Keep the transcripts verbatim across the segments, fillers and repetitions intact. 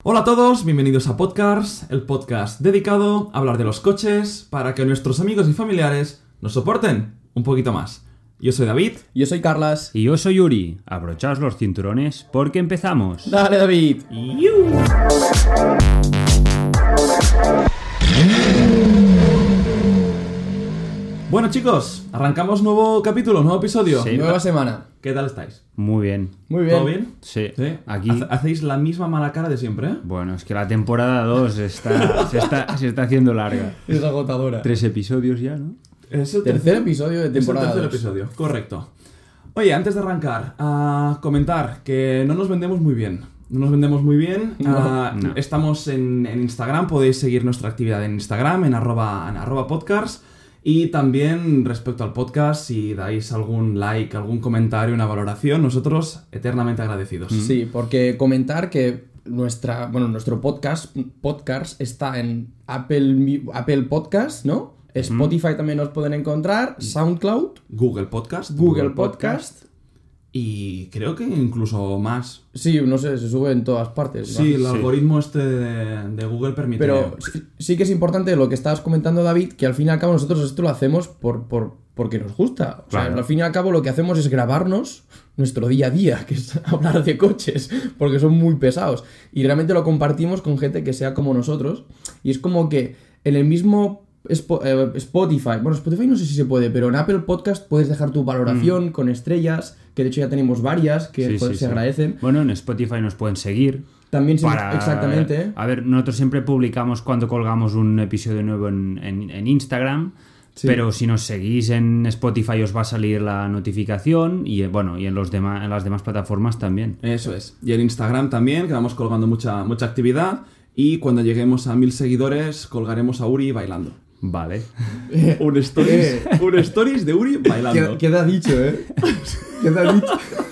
Hola a todos, bienvenidos a Podcars, el podcast dedicado a hablar de los coches para que nuestros amigos y familiares nos soporten un poquito más. Yo soy David. Yo soy Carlas. Y yo soy Yuri. Abrochaos los cinturones porque empezamos. Dale, David. ¡Yu! Bueno chicos, arrancamos nuevo capítulo, nuevo episodio. Sí. Nueva semana. ¿Qué tal estáis? Muy bien. Muy bien. ¿Todo bien? Sí. ¿Sí? Aquí. Hace- Hacéis la misma mala cara de siempre, ¿eh? Bueno, es que la temporada dos está, se, está, se está haciendo larga. Es agotadora. Tres episodios ya, ¿no? Es el Tercer episodio de temporada Es el tercer dos. episodio, correcto. Oye, antes de arrancar, a comentar que no nos vendemos muy bien. No nos vendemos muy bien. No, Ah, no. Estamos en, en Instagram, podéis seguir nuestra actividad en Instagram, en arroba, en arroba podcasts. Y también respecto al podcast, si dais algún like, algún comentario, una valoración, nosotros eternamente agradecidos. Sí, porque comentar que nuestra, bueno, nuestro podcast, podcast está en Apple, Mu- Apple Podcast, ¿no? Spotify también nos pueden encontrar, SoundCloud, Google Podcast. Google Podcast. Y creo que incluso más. Sí, no sé, se sube en todas partes. ¿no? Sí, el Sí. algoritmo este de, de Google permite... Pero sí, sí que es importante lo que estabas comentando, David, que al fin y al cabo nosotros esto lo hacemos por, por, porque nos gusta. O sea, Claro. al fin y al cabo lo que hacemos es grabarnos nuestro día a día, que es hablar de coches, porque son muy pesados. Y realmente lo compartimos con gente que sea como nosotros. Y es como que en el mismo Spo- eh, Spotify, bueno, Spotify no sé si se puede, pero en Apple Podcast puedes dejar tu valoración con estrellas, que de hecho ya tenemos varias, que Sí, joder, sí, se sí. agradecen. Bueno, en Spotify nos pueden seguir. También sí, Para... exactamente. A ver, nosotros siempre publicamos cuando colgamos un episodio nuevo en, en- en Instagram. Sí. Pero si nos seguís en Spotify os va a salir la notificación. Y eh, bueno, y en, los dema- en las demás plataformas también. Eso es. Y en Instagram también, que vamos colgando mucha, mucha actividad. Y cuando lleguemos a mil seguidores, colgaremos a Uri bailando. Vale. Un stories, un stories de Uri bailando. Queda, queda dicho, ¿eh? Queda dicho.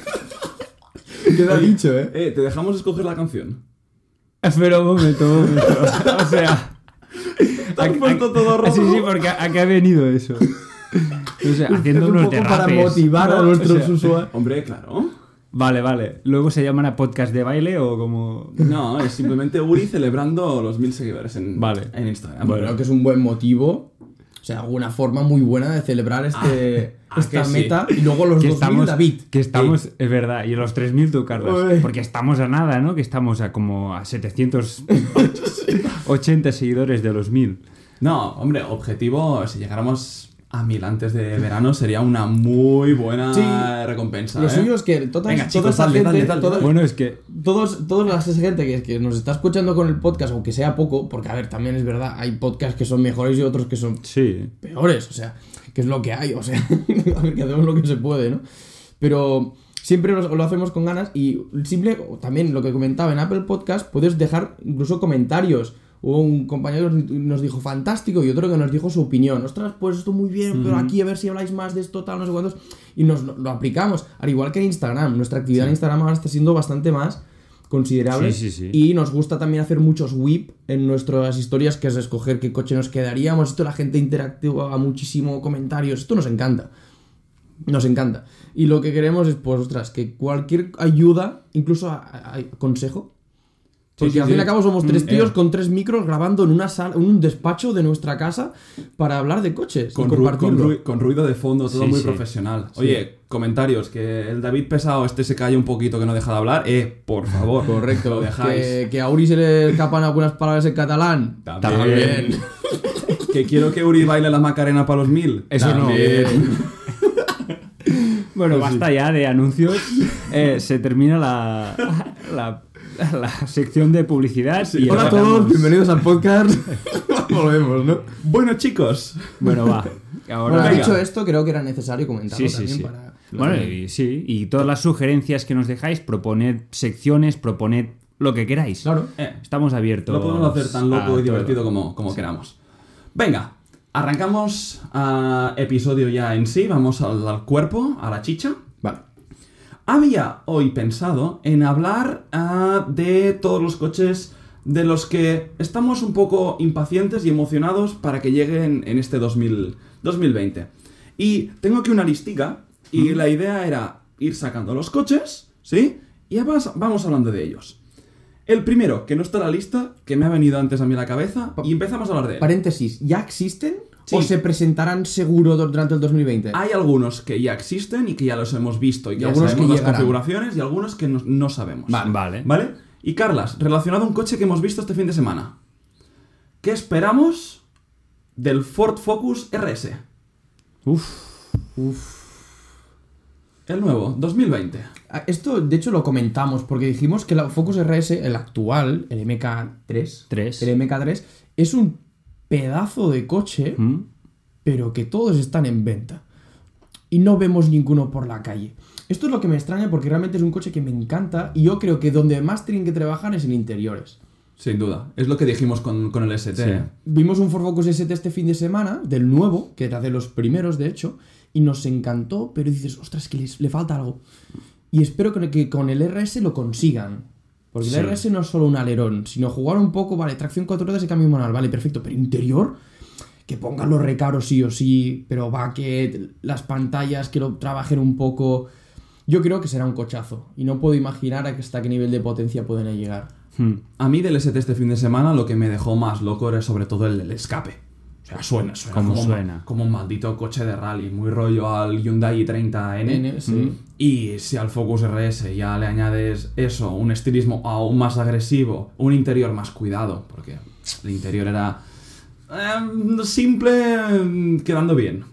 Queda dicho, ¿eh? Eh, te dejamos escoger la canción. Pero un momento, un momento. O sea... Te has puesto todo rojo. Sí, sí, porque ¿a, a qué ha venido eso? O sea, haciendo Es un unos poco para derrapes. motivar a ¿no? nuestros O sea, usuarios. Hombre, claro. Vale, vale. ¿Luego se llaman a podcast de baile o como...? No, es simplemente Uri celebrando los mil seguidores en, Vale. en Instagram. Bueno, creo que es un buen motivo. O sea, una forma muy buena de celebrar este, Ah, esta que sí. meta. Y luego los Que dos mil, estamos, David. que estamos, es verdad, y los tres mil tú, Carlos. Uy. Porque estamos a nada, ¿no? Que estamos a como a setecientos ochenta seguidores de los mil. No, hombre, objetivo, si llegáramos a mil antes de verano, sería una muy buena Sí. recompensa. Lo ¿eh? suyo es que toda, Venga, toda chicos, esta dale, gente, dale, dale, toda- dale. Bueno, es que... todos, toda la gente que, que nos está escuchando con el podcast, aunque sea poco, porque a ver, también es verdad, hay podcasts que son mejores y otros que son Sí. peores, o sea, que es lo que hay, o sea, a ver, que hacemos lo que se puede, ¿no? Pero siempre lo, lo hacemos con ganas y simple, también lo que comentaba en Apple Podcast, puedes dejar incluso comentarios. Hubo un compañero que nos dijo fantástico y otro que nos dijo su opinión. Ostras, pues esto muy bien, pero aquí a ver si habláis más de esto, tal, no sé cuántos. Y nos lo, lo aplicamos, al igual que en Instagram. Nuestra actividad en Instagram ahora está siendo bastante más considerable. Sí, sí, sí. Y nos gusta también hacer muchos whip en nuestras historias, que es escoger qué coche nos quedaríamos. Esto la gente interactúa muchísimo, comentarios. Esto nos encanta. Nos encanta. Y lo que queremos es, pues, ostras, que cualquier ayuda, incluso a, a- a consejo. Porque sí, al sí. fin y al cabo somos tres Mm, tíos eh. con tres micros grabando en una sala, en un despacho de nuestra casa para hablar de coches Con, y ru- compartirlo. con ru- con ruido de fondo, todo Sí, muy sí. profesional. Oye, comentarios, que el David pesado este se calla un poquito, que no deja de hablar. Eh, por favor. Correcto. Lo dejáis. Que, que a Uri se le escapan algunas palabras en catalán. También. Que quiero que Uri baile la Macarena para los mil. Eso no. También. Bueno, basta ya de anuncios. Eh, se termina la, la, la sección de publicidad. y Hola a empezamos. todos, bienvenidos al podcast. Volvemos, ¿no? Bueno, chicos. Bueno, va. Ahora, Bueno, venga. dicho esto, creo que era necesario comentarlo Sí, sí, también sí. para... Bueno, y, sí, y todas las sugerencias que nos dejáis, proponed secciones, proponed lo que queráis. Claro. Eh, Estamos abiertos. Lo podemos hacer tan loco a y todo. divertido como, como queramos. Venga, arrancamos a episodio ya en sí. Vamos al, al cuerpo, a la chicha. Vale. Había hoy pensado en hablar ah, de todos los coches de los que estamos un poco impacientes y emocionados para que lleguen en este dos mil veinte. Y tengo aquí una listica y la idea era ir sacando los coches, ¿sí? Y además vamos hablando de ellos. El primero, que no está en la lista, que me ha venido antes a mí a la cabeza, y empezamos a hablar de él. Paréntesis, ¿ya existen? Sí. ¿O se presentarán seguro durante el dos mil veinte? Hay algunos que ya existen y que ya los hemos visto y que Y ya algunos sabemos que las llegarán. configuraciones y algunos que no, no sabemos. Vale. ¿Vale? Y Carlas, relacionado a un coche que hemos visto este fin de semana. ¿Qué esperamos del Ford Focus R S? Uf. El nuevo, dos mil veinte. Ah, Esto, de hecho, lo comentamos porque dijimos que la Focus R S, el actual, el M K tres, Tres. el M K tres, es un pedazo de coche, ¿Mm? pero que todos están en venta. Y no vemos ninguno por la calle. Esto es lo que me extraña porque realmente es un coche que me encanta y yo creo que donde más tienen que trabajar es en interiores. Sin duda. Es lo que dijimos con, con el S T. Sí. ¿eh? Vimos un Ford Focus S T este fin de semana, del nuevo, que era de los primeros, de hecho, y nos encantó, pero dices, ostras, que les, le falta algo. Y espero que, que con el R S lo consigan. Porque Sí. el R S no es solo un alerón, sino jugar un poco, vale, tracción cuatro ruedas y cambio manual, vale, perfecto, pero interior, que pongan los recaros sí o sí, pero bucket, las pantallas, que lo trabajen un poco. Yo creo que será un cochazo, y no puedo imaginar hasta qué nivel de potencia pueden llegar. Hmm. A mí del S T este fin de semana lo que me dejó más loco era sobre todo el, el escape. O sea, suena, suena. ¿Cómo como, suena? Como un maldito coche de rally, muy rollo al Hyundai i treinta N. N, sí. Y si al Focus R S ya le añades eso, un estilismo aún más agresivo, un interior más cuidado, porque el interior era eh, simple, eh, quedando bien.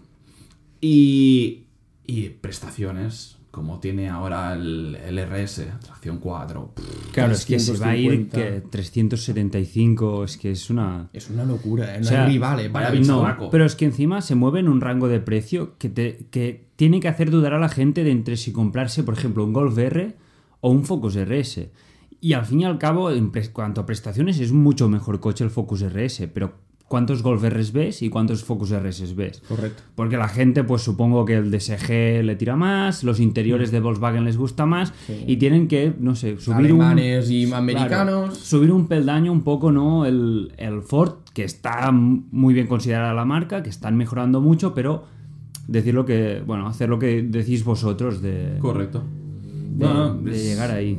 Y, y prestaciones, como tiene ahora el, el R S, tracción cuatro. pff, Claro, es que se va a ir trescientos cincuenta. que trescientos setenta y cinco, es que es una... Es una locura, ¿eh? No O sea, hay rival, ¿eh? vaya Para- bicho. No, Bicharraco. pero es que encima se mueve en un rango de precio que, te, que tiene que hacer dudar a la gente de entre si comprarse, por ejemplo, un Golf R o un Focus R S. Y al fin y al cabo, en pre- cuanto a prestaciones, es mucho mejor coche el Focus R S, pero ¿cuántos Golf Rs ves y cuántos Focus R S ves? Correcto. Porque la gente, pues supongo que el D S G le tira más, los interiores de Volkswagen les gusta más Sí. y tienen que, no sé, subir un... Alemanes y americanos. Claro, subir un peldaño un poco, ¿no? El, el Ford, que está muy bien considerada la marca, que están mejorando mucho, pero decir lo que, bueno, hacer lo que decís vosotros de, Correcto. de, No, de es- llegar ahí.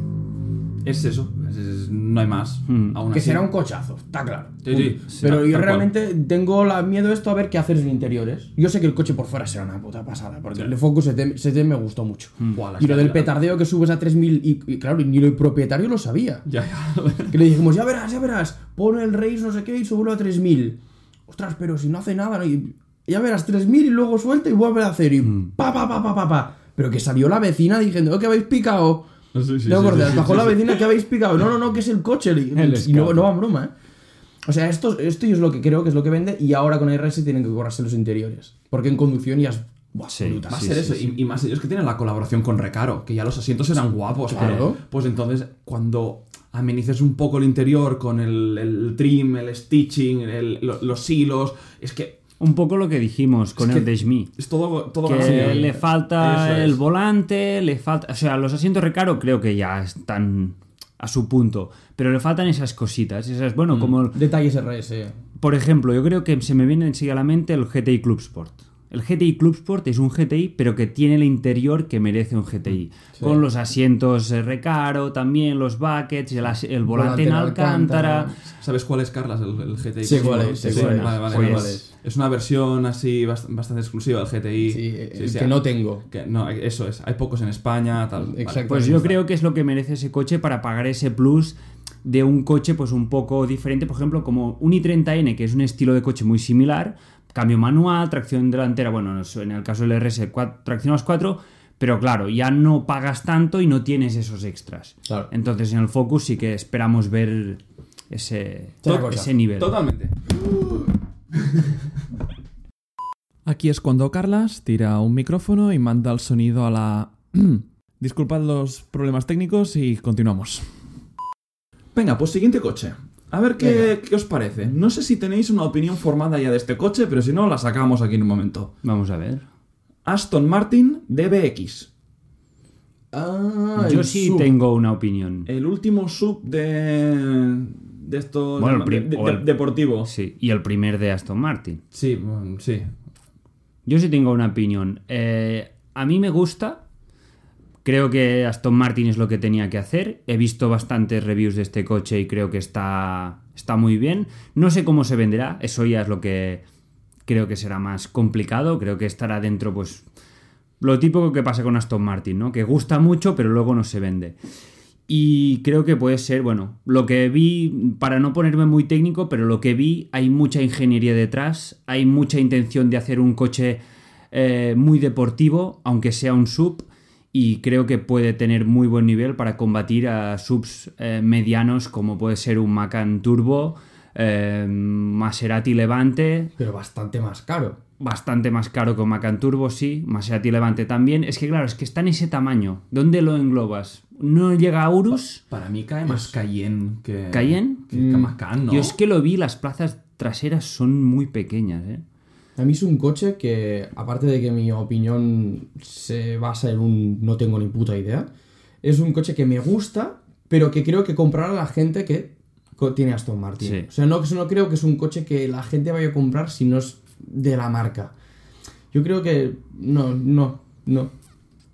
Es eso, es- es- no hay más. Hmm. Aún Que así. será un cochazo, está claro. Sí, sí. Pero Tal yo cual. realmente tengo la miedo esto a ver qué hacer en interiores. Yo sé que el coche por fuera será una puta pasada, porque el de Focus S T, S T me gustó mucho. Buah, la Y lo del escalera. petardeo que subes a tres mil, y, y claro, ni el propietario lo sabía. Ya, ya. Que le dijimos, ya verás, ya verás, pon el race no sé qué y súbelo a tres mil. Ostras, pero si no hace nada, ¿no? Y ya verás, tres mil y luego suelta y vuelve a hacer y pa, pa, pa, pa, pa, pa. Pero que salió la vecina diciendo, "Oh, que habéis picado." Sí, sí, ¿No sí, acordáis? sí, Bajó sí, la sí. vecina que habéis picado. No, no, no, que es el coche. Y, El y no, escape. no va en broma, ¿eh? O sea, esto, esto es lo que creo que es lo que vende. Y ahora con R S tienen que currarse los interiores. Porque en conducción ya es. Buah, Sí, brutal. Va a Sí, ser sí, eso, sí. Y, y más ellos que tienen la colaboración con Recaro, que ya los asientos eran guapos. Claro. pero, pues entonces, cuando amenices un poco el interior con el, el trim, el stitching, el- lo- los hilos, es que Un poco lo que dijimos con Es el que- Deshmi. es todo, todo Que gracioso. le falta Eso es. el volante, le falta... O sea, los asientos Recaro creo que ya están a su punto, pero le faltan esas cositas, esas... Bueno, como... el- Detalles R S. Por ejemplo, yo creo que se me viene enseguida a la mente el G T I Club Sport. El G T I Club Sport es un G T I, pero que tiene el interior que merece un G T I. Sí. Con los asientos eh, Recaro, también los buckets, el, as- el volante, Volante en en alcántara. alcántara. ¿Sabes cuál es, Carlas? El, el G T I. Sé cuál es, Sí, sé sí, cuál es. vale, vale, Pues- vale. Es, es una versión así bast- bastante exclusiva del G T I. Sí, el Sí, sí, que no tengo. que no, eso es. Hay pocos en España, tal. vale. Exacto. Pues yo creo que es lo que merece ese coche para pagar ese plus de un coche pues un poco diferente, por ejemplo, como un i treinta ene, que es un estilo de coche muy similar, cambio manual, tracción delantera, bueno, en el caso del R S, cuatro, tracción a las cuatro, pero claro, ya no pagas tanto y no tienes esos extras. Claro. Entonces en el Focus sí que esperamos ver ese, Será cosa. ese nivel. Totalmente. Aquí es cuando Carlas tira un micrófono y manda el sonido a la... Disculpad los problemas técnicos y continuamos. Venga, pues siguiente coche. A ver qué, qué os parece. No sé si tenéis una opinión formada ya de este coche, pero si no, la sacamos aquí en un momento. Vamos a ver. Aston Martin D B X. Ah, Yo el sí sub. tengo una opinión. El último sub de... De esto... Bueno, el de- prim- de- o de- el- deportivo. Sí, y el primer de Aston Martin. Sí, bueno, sí. Yo sí tengo una opinión. Eh, a mí me gusta Creo que Aston Martin es lo que tenía que hacer. He visto bastantes reviews de este coche y creo que está, está muy bien. No sé cómo se venderá, eso ya es lo que creo que será más complicado. Creo que estará dentro, pues, lo típico que pasa con Aston Martin, ¿no? Que gusta mucho, pero luego no se vende. Y creo que puede ser, bueno, lo que vi, para no ponerme muy técnico, pero lo que vi, hay mucha ingeniería detrás, hay mucha intención de hacer un coche eh, muy deportivo, aunque sea un sub, y creo que puede tener muy buen nivel para combatir a subs eh, medianos como puede ser un Macan Turbo, eh, Maserati Levante. Pero bastante más caro. Bastante más caro que un Macan Turbo, sí. Maserati Levante también. Es que claro, es que está en ese tamaño. ¿Dónde lo englobas? ¿No llega a Urus? Para mí cae más Cayenne que... ¿Cayenne? Que Macan, ¿no? Yo es que lo vi, las plazas traseras son muy pequeñas, ¿eh? A mí es un coche que, aparte de que mi opinión se basa en un no tengo ni puta idea, es un coche que me gusta, pero que creo que comprará la gente que tiene Aston Martin. Sí. O sea, no, no creo que es un coche que la gente vaya a comprar si no es de la marca. Yo creo que no, no, no.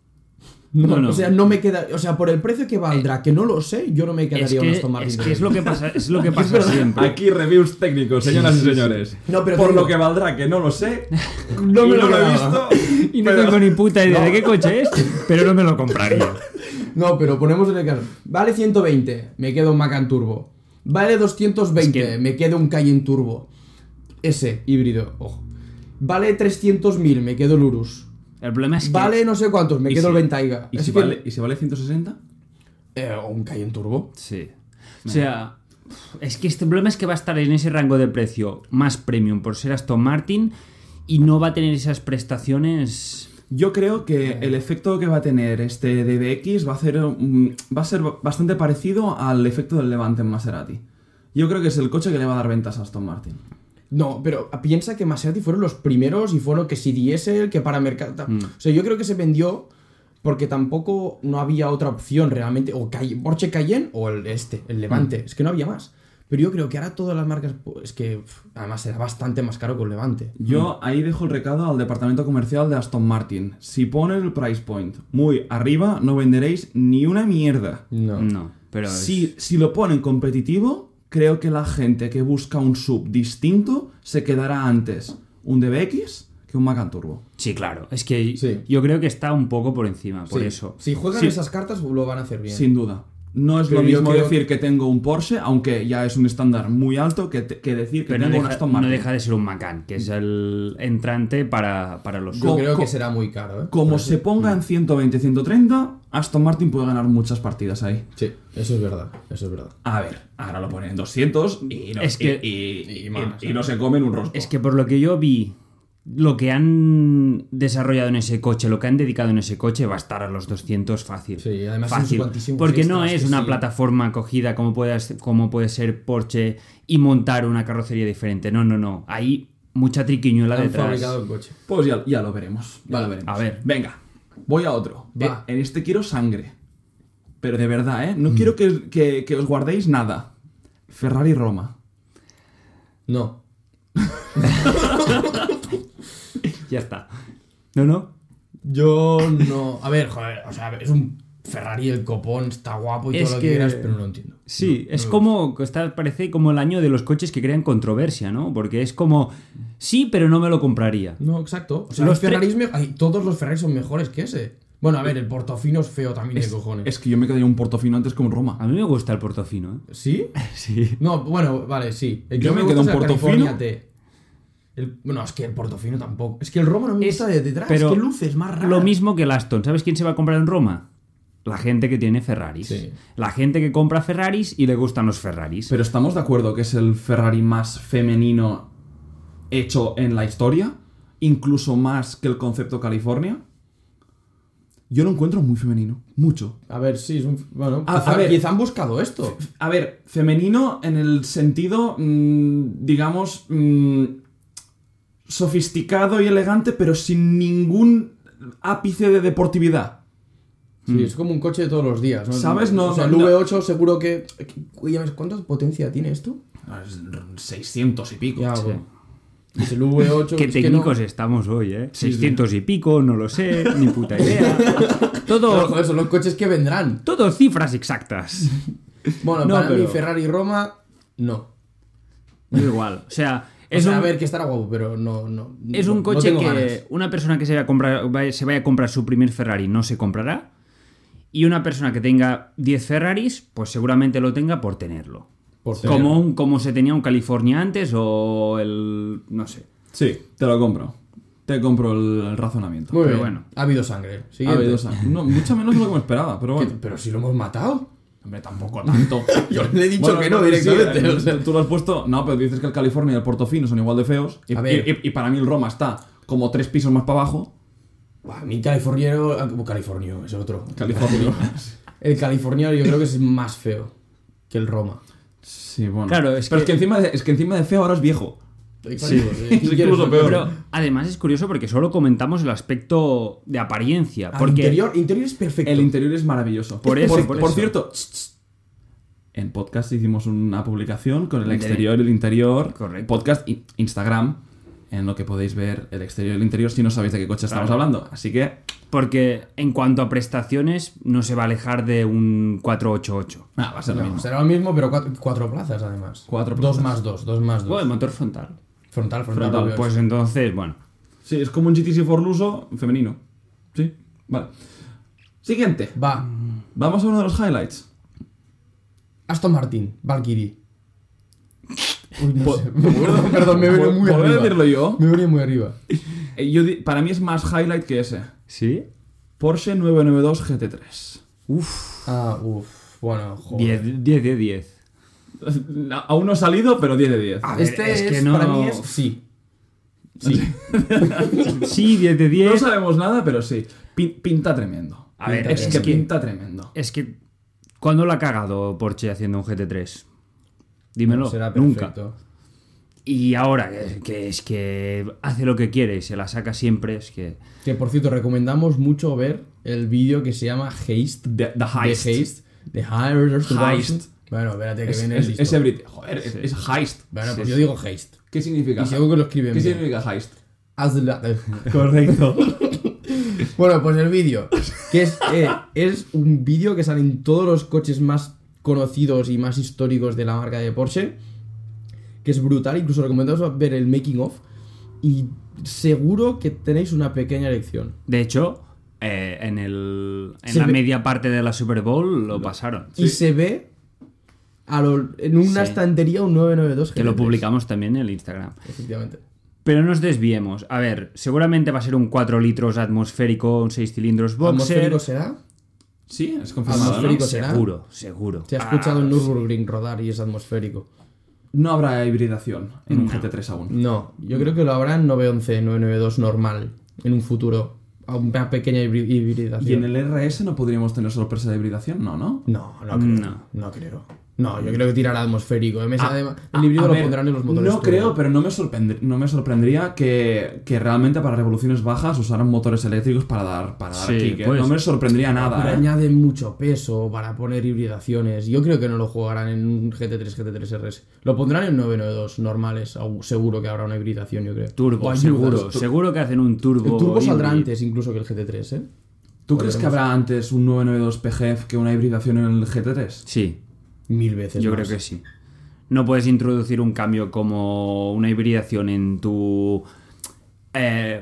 No, No, no. O sea, no me queda, o sea, por el precio que valdrá, que no lo sé, yo no me quedaría Es que, un Aston Martin. es, de que es él. lo que pasa, es lo que pasa siempre. Aquí reviews técnicos, señoras Sí, y sí, señores. sí. No, pero Por te lo digo- que valdrá, que no lo sé. No y me lo no lo he quedaba. visto. Y no pero- tengo ni puta idea No. de qué coche es, pero no me lo compraría. No, pero ponemos en el caso. Vale ciento veinte, me quedo un Macan Turbo. Vale doscientos veinte, Es que- me quedo un Cayenne Turbo. Ese, híbrido, ojo. Vale trescientos mil, me quedo el Urus. El problema es que... Vale no sé cuántos, me ¿Y quedo si- el Bentayga. ¿Y Es si, que- vale, ¿Y si vale ciento sesenta? Eh, o un Cayenne Turbo. Sí. O sea, es que este problema es que va a estar en ese rango de precio más premium por ser Aston Martin y no va a tener esas prestaciones... Yo creo que el efecto que va a tener este D B X va a, hacer, mm, va a ser bastante parecido al efecto del Levante en Maserati. Yo creo que es el coche que le va a dar ventas a Aston Martin. No, pero piensa que Maserati fueron los primeros y fueron que si diésel, que para mercado... Mm. O sea, yo creo que se vendió porque tampoco no había otra opción realmente. O Cay- Porsche Cayenne o el este, el Levante. Es que no había más. Pero yo creo que ahora todas las marcas... Es que pf, además será bastante más caro que el Levante. Yo ahí dejo el recado al departamento comercial de Aston Martin. Si ponen el price point muy arriba, no venderéis ni una mierda. No. No, pero... es- Si, si lo ponen competitivo, creo que la gente que busca un sub distinto se quedará antes un D B X que un Macan Turbo. Sí, claro. Es que Sí. yo creo que está un poco por encima, por Sí. eso. Si juegan Sí. esas cartas, lo van a hacer bien. Sin duda. No es Pero lo yo mismo creo- decir que tengo un Porsche, aunque ya es un estándar muy alto, que, te- que decir que Pero no tengo un deja, Aston no Martin. deja de ser un Macan, que es el entrante para, para los... Yo Co- creo co- que será muy caro, ¿eh? Como Por se eso- ponga en ciento veinte, ciento treinta, Aston Martin puede ganar muchas partidas ahí. Sí, eso es verdad, eso es verdad. A ver, ahora lo ponen en doscientos y no, Es que- y, y- y más, y- y no se comen un rostro. Es que por lo que yo vi, lo que han desarrollado en ese coche, lo que han dedicado en ese coche va a estar a los doscientos fácil. Sí, además fácil. son cuantísimos Porque no extras es que una sí. plataforma cogida como puede, como puede ser Porsche y montar una carrocería diferente. No, no, no. Hay mucha triquiñuela Han detrás. fabricado el coche. Pues ya, ya lo veremos. Ya lo veremos. A ver. Venga, voy a otro. Va. Eh, en este quiero sangre. Pero de verdad, ¿eh? Mm. No quiero que, que- que os guardéis nada. Ferrari Roma. No. Ya está. No, no. Yo no. A ver, joder, o sea, es un Ferrari, el copón, está guapo y Es todo lo que que- quieras, pero no lo entiendo. Sí, No, es no. como, está, parece como el año de los coches que crean controversia, ¿no? Porque es como, sí, pero no me lo compraría. No, exacto. O sea, Los los Ferraris me- ay, todos los Ferraris son mejores que ese. Bueno, a ver, el Portofino es feo también de cojones. Es que yo me quedaría un Portofino antes que un Roma. A mí me gusta el Portofino, ¿eh? ¿Sí? Sí. No, bueno, vale, sí. El que Yo no me me quedo gusta un es el Portofino. California T. El- bueno, es que el Portofino tampoco. Es que el Roma no me Es- gusta de detrás. pero es que luces más raras. Lo mismo que el Aston. ¿Sabes quién se va a comprar en Roma? La gente que tiene Ferraris. Sí. La gente que compra Ferraris y le gustan los Ferraris. Pero estamos de acuerdo que es el Ferrari más femenino hecho en la historia. Incluso más que el concepto California. Yo lo encuentro muy femenino. Mucho. A ver, sí, es un. Bueno, A- quizá, a ver. quizá han buscado esto. A ver, femenino en el sentido, mm, digamos, mm, sofisticado y elegante, pero sin ningún ápice de deportividad. Sí, es como un coche de todos los días, ¿no? ¿Sabes? No, o sea, no, el no. V ocho seguro que... Oye, ¿cuánta potencia tiene esto? seiscientos y pico. Ya, Sí. bueno. Es el V ocho. Qué es que técnicos no... estamos hoy, ¿eh? seiscientos y pico, no lo sé, ni puta idea. Todo, Pero, joder, son los coches que vendrán. todo cifras exactas. Bueno, No, para pero- mí Ferrari Roma, no. Da igual, o sea, O es sea, un, a ver, que estará guapo, pero no... no es no- un no coche tengo que ganas. una persona que se vaya, a comprar, vaya- se vaya a comprar su primer Ferrari no se comprará. Y una persona que tenga diez Ferraris, pues seguramente lo tenga por tenerlo. Por tener- Como, un, como se tenía un California antes o el... no sé. Sí, te lo compro. Te compro el, el razonamiento. Muy pero bien, bueno. ha habido sangre. Ha Siguiente. habido esa- no, mucho menos de lo que me esperaba, pero ¿Qué- bueno. Pero si lo hemos matado. Hombre, tampoco tanto. Yo le he dicho Bueno, que no sí, directamente. eh, o sea. Tú lo has puesto. No, pero dices que el California y el Portofino son igual de feos. Y, A ver. y- y para mí el Roma está como tres pisos más para abajo. Buah, a mí californiano... ah, como Californio, es otro. California. El californiano yo creo que es más feo que el Roma. Sí, bueno. Claro, es pero que- es que encima de, es que encima de feo ahora es viejo. Sí, es incluso peor. Pero además es curioso porque solo comentamos el aspecto de apariencia. Ah, Porque interior, interior es perfecto. El interior es maravilloso. Por eso, por, por por eso. cierto, tss, tss, en podcast hicimos una publicación con el De- exterior y el interior. Correcto. Podcast y Instagram, en lo que podéis ver el exterior y el interior si no sabéis de qué coche estamos Claro. hablando. Así que, Porque en cuanto a prestaciones, no se va a alejar de un cuatrocientos ochenta y ocho. ah, va a ser lo No, mismo. será lo mismo, pero cuatro, cuatro plazas además. Cuatro Dos plazas. más dos, dos más dos. Bueno, motor frontal. Frontal, frontal. Frontal, obvio. Pues entonces, bueno. Sí, es como un G T C Forluso femenino. Sí, vale. Siguiente. Va. Vamos a uno de los highlights. Aston Martin, Valkyrie. Uy, no Po- sé. Perdón, perdón, me he venido muy ¿Puedo arriba. decirlo yo? Me he venido muy arriba. Eh, yo di- para mí es más highlight que ese. ¿Sí? Porsche nueve noventa y dos G T tres. Uf. Ah, uff. Bueno, joder. diez, diez de diez. Aún no ha salido, pero diez de diez. A ver, Este es es, que no- para mí es... Sí. Sí. Sí, diez de No diez. sabemos nada, pero sí. Pin- pinta tremendo. A ver, Pinta- es, es que, que- pinta tremendo. Es que... ¿Cuándo lo ha cagado Porsche haciendo un G T tres? Dímelo. Será Nunca. perfecto. Y ahora, que, que es que hace lo que quiere y se la saca siempre, es que... Que por cierto, recomendamos mucho ver el vídeo que se llama Haste. The, the Heist. De Haste. De Heist. Heist. Bueno, espérate que Es, viene es, el listo. es every- Joder, es, es heist. Bueno, pues Sí, yo sí. digo Haste. ¿Qué significa? Y seguro que lo escriben ¿Qué bien. significa heist? Hazla- Correcto. Bueno, pues el vídeo, que es, eh, es un vídeo que sale en todos los coches más conocidos y más históricos de la marca de Porsche, que es brutal, incluso recomendamos ver el making of, y seguro que tenéis una pequeña lección. De hecho, eh, en, el, en Se la ve- media parte de la Super Bowl lo pasaron. Y se ve a lo- en una Sí. estantería un nueve noventa y dos Que lo G T tres. publicamos también en el Instagram. Efectivamente. Pero no nos desviemos. A ver, seguramente va a ser un cuatro litros atmosférico, un seis cilindros boxer. ¿Atmosférico será? Sí, es confirmado, ¿no? Atmosférico será. Seguro, seguro. Se ha escuchado Ah, en Nürburgring rodar y es atmosférico. No habrá hibridación en un No. G T tres aún. No, yo creo que lo habrá en nueve once, nueve noventa y dos normal, en un futuro. A una pequeña hibri- hibridación. ¿Y en el R S no podríamos tener sorpresa de hibridación? No, ¿no? No, no creo. No. No, creo. No, yo creo que tirará atmosférico. Además, Ah, además, ah, el híbrido a lo ver, pondrán en los motores. No turbo. creo, pero no me, sorprende- no me sorprendería que, que realmente para revoluciones bajas usaran motores eléctricos para dar, para dar Sí, kick, ¿eh? pues. No me sorprendería Pero nada. ¿eh? añaden mucho peso para poner hibridaciones. Yo creo que no lo jugarán en un G T tres, G T tres R S. Lo pondrán en nueve noventa y dos normales. au- Seguro que habrá una hibridación, yo creo. Turbo, O ayudas. seguro. Seguro que hacen un turbo. El turbo saldrá híbrido. antes incluso que el G T tres, ¿eh? ¿Tú crees que Podremos- habrá antes un nueve noventa y dos P G F que una hibridación en el G T tres? Sí, Mil veces yo más. creo que sí. No puedes introducir un cambio como una hibridación en tu eh,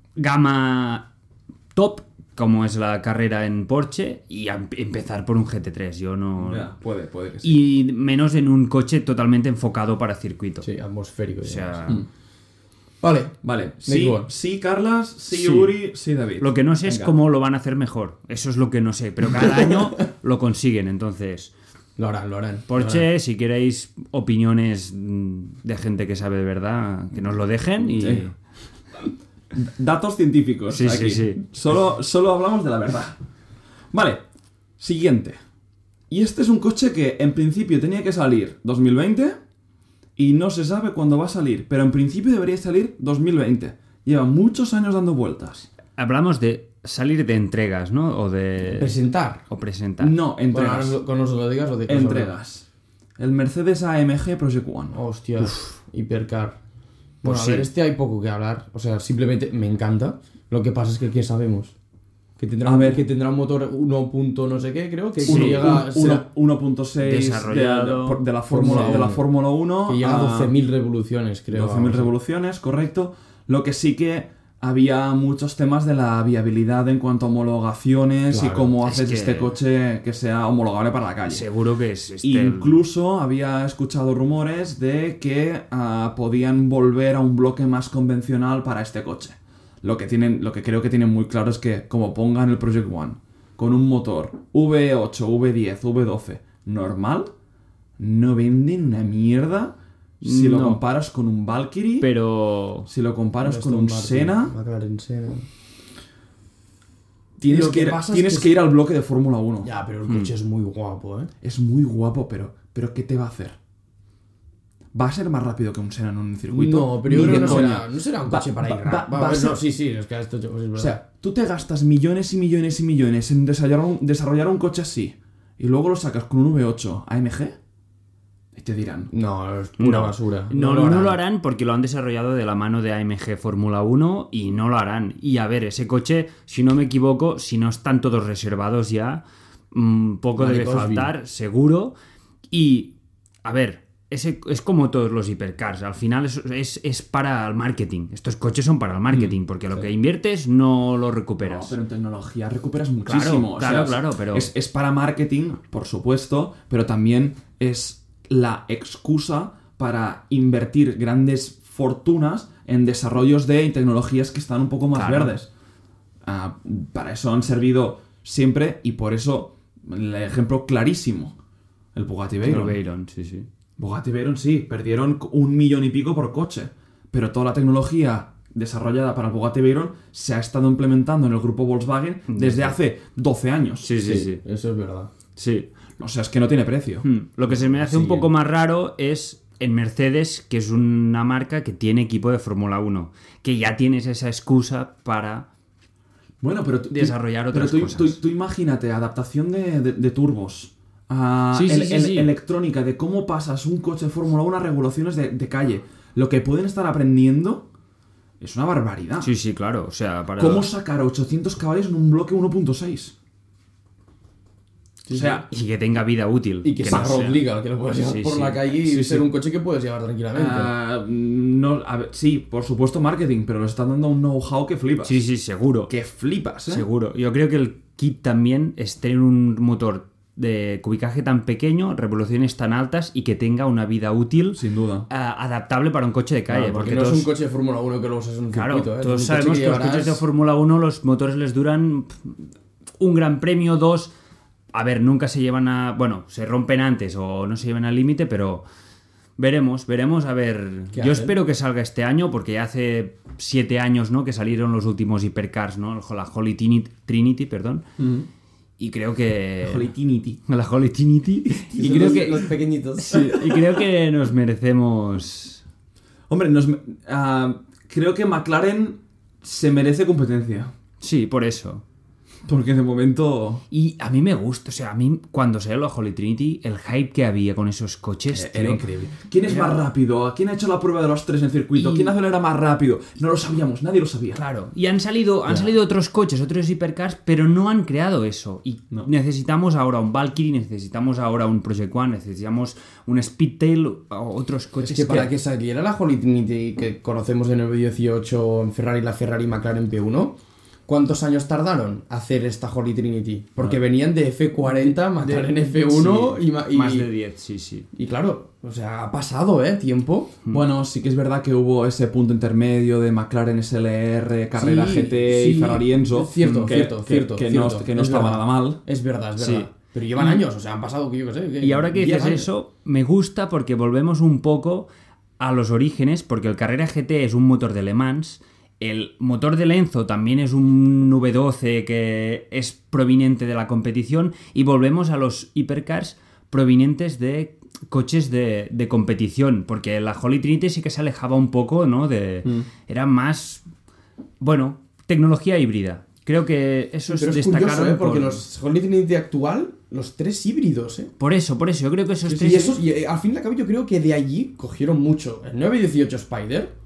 gama top, como es la carrera en Porsche, y a- empezar por un G T tres. Yo no. Ya, puede, puede que sí. Y menos en un coche totalmente enfocado para circuito. Sí, atmosférico. O ya sea, ves. Vale. Vale, sí, one. sí, Carlas, sí, Sí. Uri, sí, David. lo que no sé es Venga. cómo lo van a hacer mejor. Eso es lo que no sé. Pero cada año lo consiguen. Entonces, Lo harán, lo harán. Porsche, si queréis opiniones mm, de gente que sabe de verdad, que nos lo dejen. Y Sí. Datos científicos. Sí, aquí. sí, sí. Solo, solo hablamos de la verdad. Vale, siguiente. Y este es un coche que en principio tenía que salir dos mil veinte y no se sabe cuándo va a salir, pero en principio debería salir dos mil veinte. Lleva muchos años dando vueltas. hablamos de salir de entregas, ¿no? O de... Presentar. O presentar. No, Bueno, entregas. ahora con nosotros lo digas o de entregas. El Mercedes A M G Project One. Hostia, hipercar. Bueno, Pues a sí. ver, este hay poco que hablar. O sea, simplemente me encanta. Lo que pasa es que ¿qué sabemos? Que tendrá, A ver. que tendrá un motor uno. No sé qué, creo. Que, que Uno- llega, un- será- uno- uno punto seis Desarrollado. de, de- de la Fórmula Fórmula de la uno. Fórmula uno que llega a a doce mil revoluciones, creo. doce mil algo así. revoluciones, correcto. Lo que sí que había muchos temas de la viabilidad en cuanto a homologaciones Claro, y cómo es haces que- este coche que sea homologable para la calle. Seguro que es este... Incluso había escuchado rumores de que ah, podían volver a un bloque más convencional para este coche. Lo que, tienen, lo que creo que tienen muy claro es que como pongan el Project One con un motor V ocho, V diez, V doce normal, no venden una mierda si lo No. comparas con un Valkyrie, Pero... si lo comparas Aston con un Martin, Senna, McLaren Senna. tienes, Lo que que ir, pasa es tienes que que es- ir al bloque de Fórmula uno. Ya, pero el coche es muy guapo, ¿eh? Es muy guapo, pero, pero ¿qué te va a hacer? ¿Va a ser más rápido que un Senna en un circuito? No, pero yo Ni creo que de no coña. será, no será un Va- coche para va- ir va- rápido. va a ser- No, sí, sí, es que esto es verdad. O sea, tú te gastas millones y millones y millones en desarrollar un, desarrollar un coche así y luego lo sacas con un V ocho A M G y te dirán, no, es pura No. basura. No, no lo harán porque lo han desarrollado de la mano de A M G Fórmula uno y no lo harán. Y a ver, ese coche, si no me equivoco, si no están todos reservados ya, mm, poco Vale, debe Cosby. faltar, seguro. Y, a ver, ese es como todos los hipercars. Al final es, es, es para el marketing. Estos coches son para el marketing porque lo que inviertes no lo no, recuperas. pero en tecnología recuperas muchísimo. Claro, O sea, claro, pero- Es, es para marketing, por supuesto, pero también es la excusa para invertir grandes fortunas en desarrollos de tecnologías que están un poco más Claro. verdes. Ah, para eso han servido siempre y por eso el ejemplo clarísimo, el Bugatti El Veyron. Veyron, sí, sí. Bugatti Veyron sí, perdieron un millón y pico por coche, pero toda la tecnología desarrollada para el Bugatti Veyron se ha estado implementando en el grupo Volkswagen desde hace doce años. Sí, sí, sí. Eso es verdad. Sí. O sea, es que no tiene precio. Hmm. Lo que se me hace un poco más raro es en Mercedes, que es una marca que tiene equipo de Fórmula uno, que ya tienes esa excusa para... Bueno, pero tú, Desarrollar pero otras tú, cosas. tú- tú imagínate, adaptación de, de- de turbos, a Sí, sí, el- sí, el- sí. electrónica, de cómo pasas un coche de Fórmula uno a revoluciones de, de calle. Lo que pueden estar aprendiendo es una barbaridad. Sí, sí, claro. O sea, para... ¿Cómo sacar ochocientos caballos en un bloque uno punto seis? O sea, Y que tenga vida útil. Y que, no sea road sea- legal, que lo puedes llevar Sí, por sí. la calle y Sí, ser sí. un coche que puedes llevar tranquilamente. ah, no, a ver, sí, por supuesto marketing, pero le están dando un know-how que flipas. Sí, sí, seguro. Que flipas, ¿eh? Seguro. Yo creo que el kit también es tener un motor de cubicaje tan pequeño, revoluciones tan altas y que tenga una vida útil Sin duda. ah, adaptable para un coche de calle. Claro, porque, porque no todos, es un coche de Fórmula uno que lo usas en un claro, circuito, ¿eh? todos Es un coche sabemos que, los llevarás- coches de Fórmula uno los motores les duran pff, un gran premio, dos. A ver, nunca se llevan a... Bueno, se rompen antes o no se llevan al límite, pero veremos, veremos. A ver, ¿Qué yo hacen? espero que salga este año porque ya hace siete años, ¿no? Que salieron los últimos hipercars, ¿no? La Holy Trinity, Trinity, perdón. Y creo que... Holy Trinity. La Holy Trinity. Y Son creo los, que... los pequeñitos. sí, y creo que nos merecemos... Hombre, nos, ah, creo que McLaren se merece competencia. Sí, por eso. Porque de momento Y a mí me gusta, o sea, a mí cuando salió la Holy Trinity, el hype que había con esos coches, era tío, increíble. ¿Quién es Era- más rápido? ¿Quién ha hecho la prueba de los tres en circuito? Y- ¿Quién acelera más rápido? No lo sabíamos, nadie lo sabía. Claro, y han salido, han salido otros coches, otros hipercars, pero no han creado eso. Y No. necesitamos ahora un Valkyrie, necesitamos ahora un Project One, necesitamos un Speedtail, o otros coches Es que para que saliera la Holy Trinity que conocemos en el V dieciocho en Ferrari, la Ferrari McLaren P uno, ¿cuántos años tardaron hacer esta Holy Trinity? Porque venían de F cuarenta, McLaren F uno Sí, y, ma- y- más de diez, sí, sí. y claro, o sea, ha pasado, ¿eh? Tiempo. Bueno, sí que es verdad que hubo ese punto intermedio de McLaren S L R, Carrera Sí, G T y sí. Ferrari Enzo. Cierto, que, cierto, que- cierto, que cierto. no, que no Es estaba verdad. nada mal. Es verdad, es Sí. verdad. Pero llevan años, o sea, han pasado, que yo qué sé. que- Y ahora que diez dices años. eso, me gusta porque volvemos un poco a los orígenes, porque el Carrera G T es un motor de Le Mans, el motor de Enzo también es un V doce que es proveniente de la competición, y volvemos a los hipercars provenientes de coches de, de competición, porque la Holy Trinity sí que se alejaba un poco, ¿no? De, Era más, bueno, tecnología híbrida. Creo que eso es Pero es destacaron curioso, ¿eh? Porque por- los Holy Trinity actual, los tres híbridos, ¿eh? Por eso, por eso, yo creo que esos Sí, tres... y, esos, y eh, al fin y al cabo yo creo que de allí cogieron mucho. El nueve dieciocho Spider,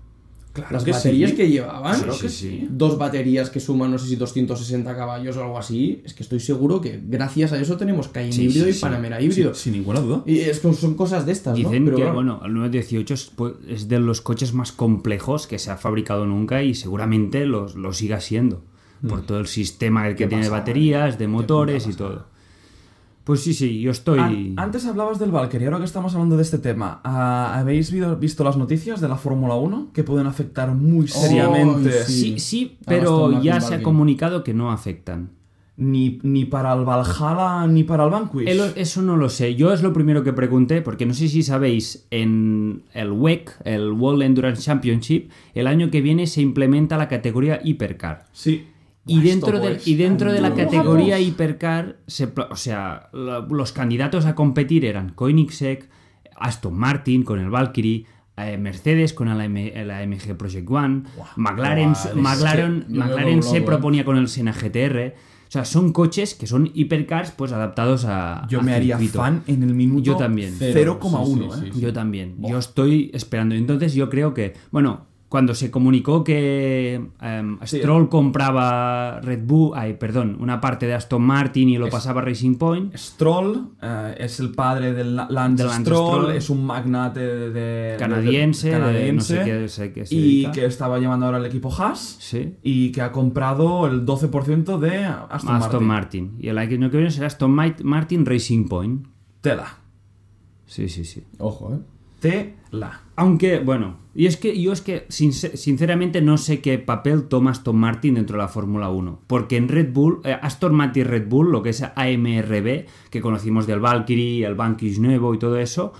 Claro Las que baterías sí. que llevaban, Sí, Claro sí, que sí. sí. dos baterías que suman, no sé si doscientos sesenta caballos o algo así, es que estoy seguro que gracias a eso tenemos Cayenne Sí, híbrido sí, y sí. Panamera híbrido. Sin ninguna duda. Y es que son cosas de estas, ¿no? Dicen Pero que, claro, bueno, el nueve dieciocho es, pues, es de los coches más complejos que se ha fabricado nunca y seguramente los- lo siga siendo. Por todo el sistema que tiene de pasada, baterías, de motores y puta todo. Pues sí, sí, yo estoy... An- antes hablabas del Valkyrie, ahora que estamos hablando de este tema, ah, ¿habéis vido- visto las noticias de la Fórmula uno que pueden afectar muy seriamente? sí. Sí, sí, Aston pero Martin ya se ha Valkyrie. comunicado que no afectan. Ni, ni para el Valhalla ni para el Vanquish. El- Eso no lo sé. Yo es lo primero que pregunté, porque no sé si sabéis, en el W E C, el World Endurance Championship, el año que viene se implementa la categoría Hypercar. Sí. Y Esto, dentro, de, pues, y dentro de la ando- categoría Hypercar, se pla- o sea, la- los candidatos a competir eran Koenigsegg, Aston Martin con el Valkyrie, eh, Mercedes con el, A M el A M G Project One, McLaren, Buah, es McLaren, que yo me McLaren vuelvo se loco, eh. proponía con el Senna G T R. O sea, son coches que son hipercars pues adaptados a Yo a me haría circuito. fan en el minuto Yo también. cero coma uno. Sí, sí, ¿eh? sí. Yo también. Yo estoy esperando. Entonces yo creo que, bueno, cuando se comunicó que em, Sí. Stroll compraba Red Bull, ay, perdón, una parte de Aston Martin y lo pasaba a Racing Point. Stroll eh, es el padre del La- Lance, De Lance Stroll, Stroll. es un magnate de, de- Canadiense, de- de- canadiense, no sé qué, sé qué se y dedica. que estaba llevando ahora el equipo Haas Sí. y que ha comprado el doce por ciento de Aston, Aston Martin. Martin. Y el año que viene será Aston Ma- Martin Racing Point. Tela. Sí, sí, sí. Ojo, ¿eh? Tela. Aunque, bueno, y es que yo es que sincer- sinceramente no sé qué papel toma Aston Martin dentro de la Fórmula uno. Porque en Red Bull, eh, Aston Martin Red Bull, lo que es A M R B, que conocimos del Valkyrie, el Vanquish nuevo y todo eso,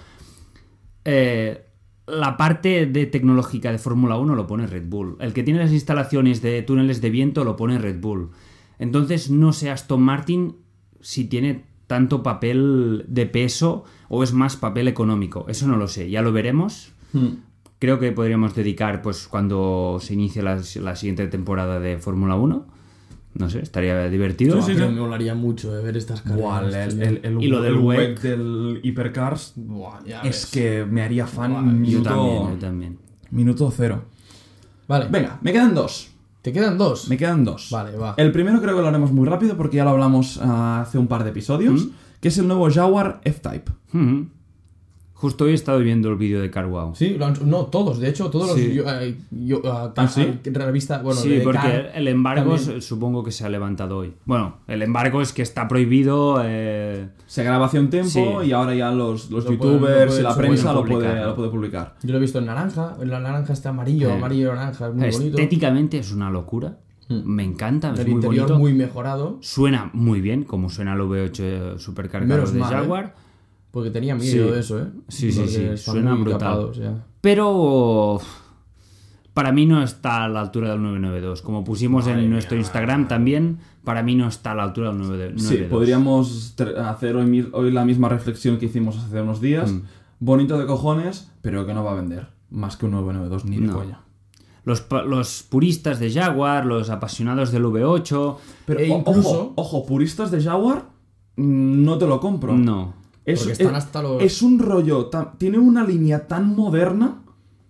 eh, la parte de tecnológica de Fórmula uno lo pone Red Bull. El que tiene las instalaciones de túneles de viento lo pone Red Bull. Entonces no sé Aston Martin si tiene tanto papel de peso o es más papel económico. Eso no lo sé, ya lo veremos. Hmm. Creo que podríamos dedicar, pues, cuando se inicie la, la siguiente temporada de Fórmula uno. No sé, estaría divertido. Buah, pero me molaría mucho de ver estas Buah, carreras. el, tío. el, el, Y lo del el W E C. W E C del Hypercars Buah, ya es ves. que me haría fan Buah, Yo minuto, también, yo también. minuto cero. Vale, Venga, me quedan dos. ¿te quedan dos? Me quedan dos. Vale, va. El primero creo que lo haremos muy rápido porque ya lo hablamos ah, hace un par de episodios, ¿Mm? que es el nuevo Jaguar F-Type. Ujú. Justo hoy he estado viendo el vídeo de CarWow. Sí, lo han- no, todos, de hecho, todos Sí. los yo, eh, yo, ah, ¿Ah, sí? ah, revista, bueno, Sí, de porque Car el embargo también. s- supongo que se ha levantado hoy. Bueno, el embargo es que está prohibido. eh, Se graba hace un tiempo Sí. y ahora ya los, los Lo pueden- youtubers lo pueden- y la se prensa pueden lo puede, publicar, ¿no? lo puede publicar. Yo lo he visto en naranja, en la naranja está amarillo, Eh. amarillo naranja, es muy bonito. estéticamente es una locura. Mm. Me encanta, es El muy interior bonito. muy mejorado, Suena muy bien, como suena el V ocho supercargado Menos de mal, ¿eh? Jaguar. porque tenía miedo Sí. de eso, ¿eh? Sí, sí, Porque sí, está suena muy brutal. capado, o sea. Pero para mí no está a la altura del novecientos noventa y dos. Como pusimos Madre en nuestro mía. Instagram también, para mí no está a la altura del novecientos noventa y dos. Sí, podríamos ter- hacer hoy, mi- hoy la misma reflexión que hicimos hace unos días. Mm. Bonito de cojones, pero que no va a vender más que un nueve nueve dos, ni de No. coña. Los, pa- los puristas de Jaguar, los apasionados del V ocho, Pero E o- incluso- ojo, ojo, puristas de Jaguar, mm, no te lo compro. no. Es, Porque están es- hasta los- es un rollo, tan- tiene una línea tan moderna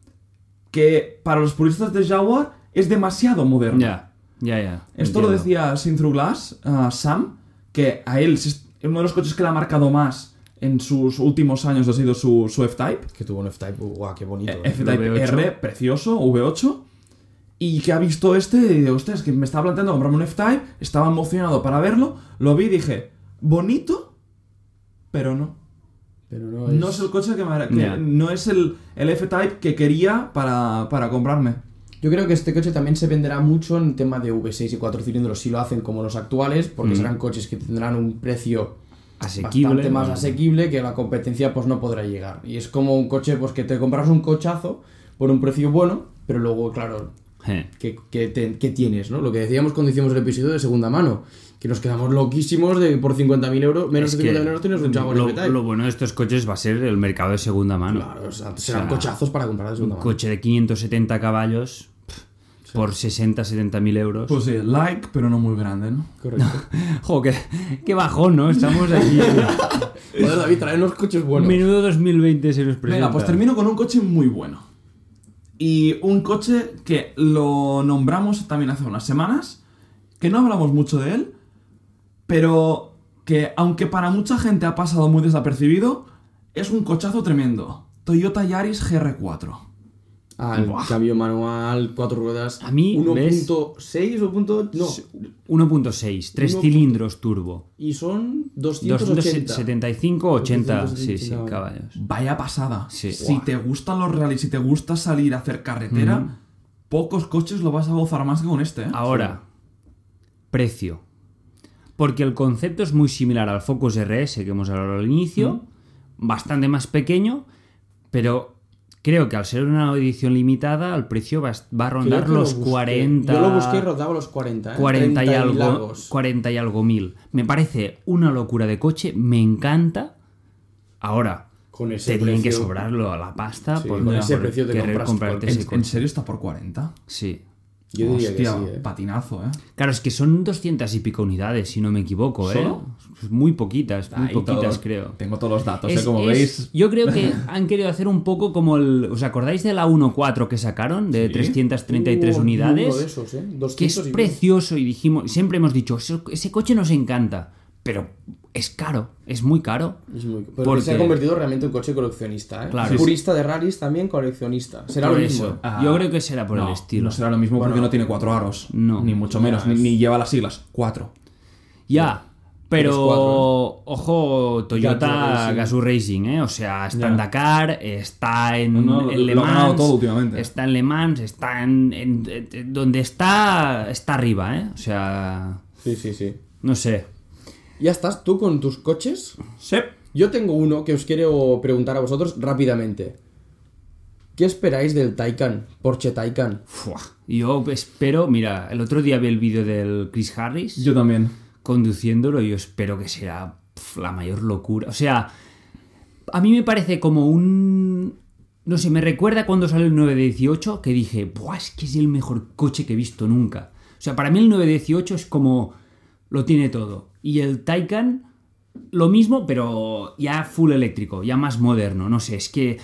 que para los puristas de Jaguar es demasiado moderna. Ya, ya, ya. Esto lo entiendo. decía Sin Through Glass, uh, Sam, que a él es uno de los coches que le ha marcado más en sus últimos años ha sido su, su F-Type. Que tuvo un F-Type, guau, qué bonito. Eh, ¿eh? F-Type V ocho. R, precioso, V ocho. Y que ha visto este y digo, ostras, que me estaba planteando comprarme un F-Type, estaba emocionado para verlo, lo vi y dije, bonito, pero no. Pero no es... No es el coche que me... que- Ya. No es el, el F-Type que quería para, para comprarme. Yo creo que este coche también se venderá mucho en tema de V seis y cuatro cilindros si lo hacen como los actuales, porque Mm. serán coches que tendrán un precio Asequible. bastante más bueno. asequible que la competencia pues no podrá llegar. Y es como un coche pues que te compras un cochazo por un precio bueno, pero luego, claro, Eh. ¿qué, qué te- qué tienes? ¿No? Lo que decíamos cuando hicimos el episodio de segunda mano, que nos quedamos loquísimos de por cincuenta mil euros, menos Es de que cincuenta mil euros tienes un Jaguar lo, F-Type. lo bueno de estos coches va a ser el mercado de segunda mano. Claro, o sea, serán O sea, cochazos para comprar de Un segunda mano. coche de quinientos setenta caballos pff, por sesenta, setenta mil euros. Pues sí, like, pero no muy grande, ¿no? Correcto. Jo, qué, qué bajón, ¿no? Estamos aquí. Joder, David, trae unos coches buenos. Menudo dos mil veinte se nos presenta. Venga, pues termino con un coche muy bueno. Y un coche que lo nombramos también hace unas semanas, que no hablamos mucho de él, pero que aunque para mucha gente ha pasado muy desapercibido, es un cochazo tremendo. Toyota Yaris G R cuatro. Ah, el Buah. cambio manual, cuatro ruedas. A mí, uno ¿ves? punto seis o punto... No. uno punto seis, tres Uno- cilindros turbo. Y son doscientos ochenta. doscientos setenta y cinco, ochenta, sí, sí, ochenta. caballos. Vaya pasada. Sí. Si Buah. te gustan los rallies, si te gusta salir a hacer carretera, Ujú. pocos coches lo vas a gozar más que con este, ¿eh? Ahora, precio. Porque el concepto es muy similar al Focus R S que hemos hablado al inicio, bastante más pequeño, pero creo que al ser una edición limitada, el precio va, va a Creo rondar que lo los busqué. cuarenta. Yo lo busqué y rondaba los cuarenta, ¿eh? cuarenta y treinta algo, largos. cuarenta y algo mil. Me parece una locura de coche, me encanta. Ahora, Con ese te tienen que precio- sobrarlo a la pasta Sí, por, con ese por precio te querer compras comprarte cualquier- ese ¿En, coche. en serio está por cuarenta? Sí. Yo diría Hostia, que sí, ¿eh? patinazo, ¿eh? Claro, es que son doscientas y pico unidades, si no me equivoco, ¿eh? ¿Solo? Muy poquitas, muy Ahí poquitas, todo- creo. Tengo todos los datos, Es- ¿eh? Como es- veis. Yo creo que han querido hacer un poco como el... ¿Os acordáis de la uno punto cuatro que sacaron? De Sí. trescientas treinta y tres Uh, unidades. uno de esos, ¿eh? Que es doscientos y- precioso y dijimos... Siempre hemos dicho, ese, ese coche nos encanta, pero es caro, es muy caro. Es muy... Porque Porque- se ha convertido realmente en coche coleccionista, ¿eh? Claro. Purista de rallies también coleccionista. Será Por lo mismo. eso. Ah, Yo creo que será por no, el estilo. No será lo mismo porque Bueno, no tiene cuatro aros. no. Ni mucho menos. Ya, Ni, es- ni lleva las siglas. Cuatro. Ya, pero Tres, cuatro, ojo, Toyota Gazoo Racing. Gazoo Racing, ¿eh? O sea, está Ya. en Dakar, está en, No, no, en Le lo ha ganado Mans, todo últimamente. está en Le Mans, está en, en- en- donde está, está arriba, ¿eh? O sea, Sí, sí, sí. no sé. ¿Ya estás tú con tus coches? Sí. Yo tengo uno que os quiero preguntar a vosotros rápidamente. ¿Qué esperáis del Taycan? Porsche Taycan. Fua. Yo espero, mira, el otro día vi el vídeo del Chris Harris Yo también. conduciéndolo y yo espero que sea pf, la mayor locura. O sea, a mí me parece como un... No sé, me recuerda cuando salió el nueve dieciocho que dije, Buah, es que es el mejor coche que he visto nunca. O sea, para mí el nueve dieciocho es como... Lo tiene todo. Y el Taycan, lo mismo, pero ya full eléctrico, ya más moderno. No sé, es que...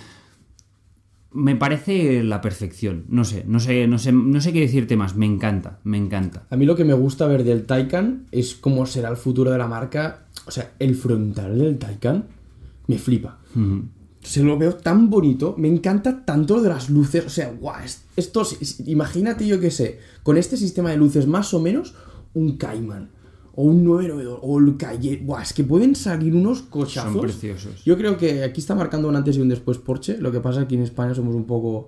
Me parece la perfección. No sé, no sé, no sé, no sé qué decirte más. Me encanta, me encanta. A mí lo que me gusta ver del Taycan es cómo será el futuro de la marca. O sea, el frontal del Taycan me flipa. Ujú. Se lo veo tan bonito, me encanta tanto lo de las luces, o sea, guau, es- esto, es- es- imagínate yo que sé, con este sistema de luces más o menos, un Cayman, o un nueve nueve dos, o el Cayenne, guau, es que pueden salir unos cochazos. Son preciosos. Yo creo que aquí está marcando un antes y un después Porsche, lo que pasa es que aquí en España somos un poco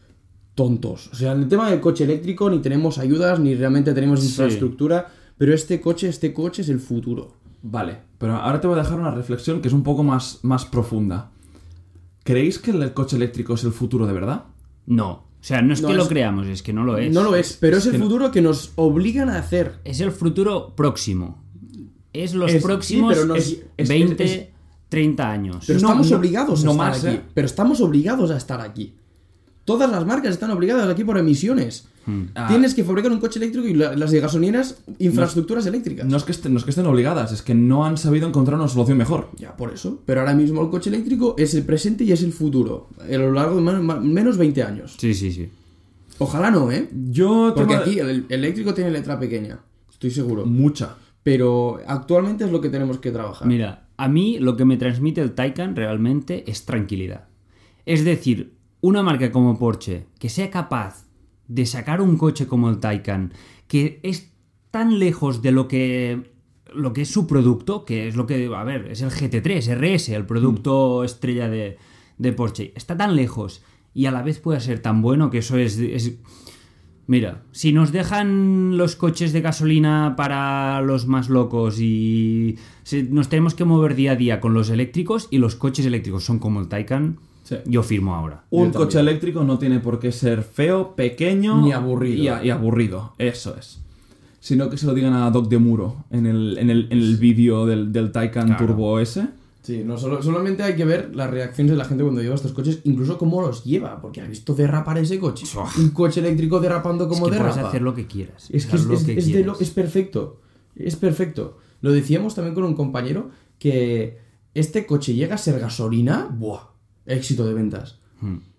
tontos, o sea, en el tema del coche eléctrico ni tenemos ayudas, ni realmente tenemos Sí. infraestructura, pero este coche, este coche es el futuro. Vale. Pero ahora te voy a dejar una reflexión que es un poco más, más profunda. ¿Creéis que el coche eléctrico es el futuro de verdad? No. O sea, no es No que es- lo creamos, es que no lo es. No lo es, pero es el que no- futuro que nos obligan a hacer. Es el futuro próximo. Es los Es- próximos sí, pero nos- es- es- veinte, es- treinta años. Pero No, estamos no- obligados a no estar más, aquí. ¿eh? Pero estamos obligados a estar aquí. Todas las marcas están obligadas aquí por emisiones. Ah, Tienes que fabricar un coche eléctrico y la- las de gasolineras, infraestructuras eléctricas. No es, que estén, no es que estén obligadas, es que no han sabido encontrar una solución mejor. Ya, por eso. Pero ahora mismo el coche eléctrico es el presente y es el futuro. A lo largo de más- más- menos veinte años. Sí, sí, sí. Ojalá no, ¿eh? Yo Porque tengo aquí el el eléctrico tiene letra pequeña. Estoy seguro. mucha. Pero actualmente es lo que tenemos que trabajar. Mira, a mí lo que me transmite el Taycan realmente es tranquilidad. Es decir, una marca como Porsche que sea capaz de sacar un coche como el Taycan, que es tan lejos de lo que lo que es su producto, que es lo que, a ver, es el G T tres R S, el producto estrella de, de Porsche, está tan lejos y a la vez puede ser tan bueno que eso es, es... Mira, si nos dejan los coches de gasolina para los más locos y si nos tenemos que mover día a día con los eléctricos y los coches eléctricos son como el Taycan, Sí. yo firmo ahora. Un Yo coche también. eléctrico no tiene por qué ser feo, pequeño Ni aburrido. Y, a- y aburrido, eso es. Sino que se lo digan a Doc de Muro en el, en el, en el vídeo del, del Taycan Claro. Turbo S. Sí, no, solo, solamente hay que ver las reacciones de la gente cuando lleva estos coches, incluso cómo los lleva, porque has visto derrapar ese coche. Buah. Un coche eléctrico derrapando como es que derrapa. puedes hacer lo que quieras. Es que haz es, lo es- que es de quieras. lo- es perfecto. Es perfecto. Lo decíamos también con un compañero que este coche llega a ser gasolina, ¡buah! Éxito de ventas. Hmm.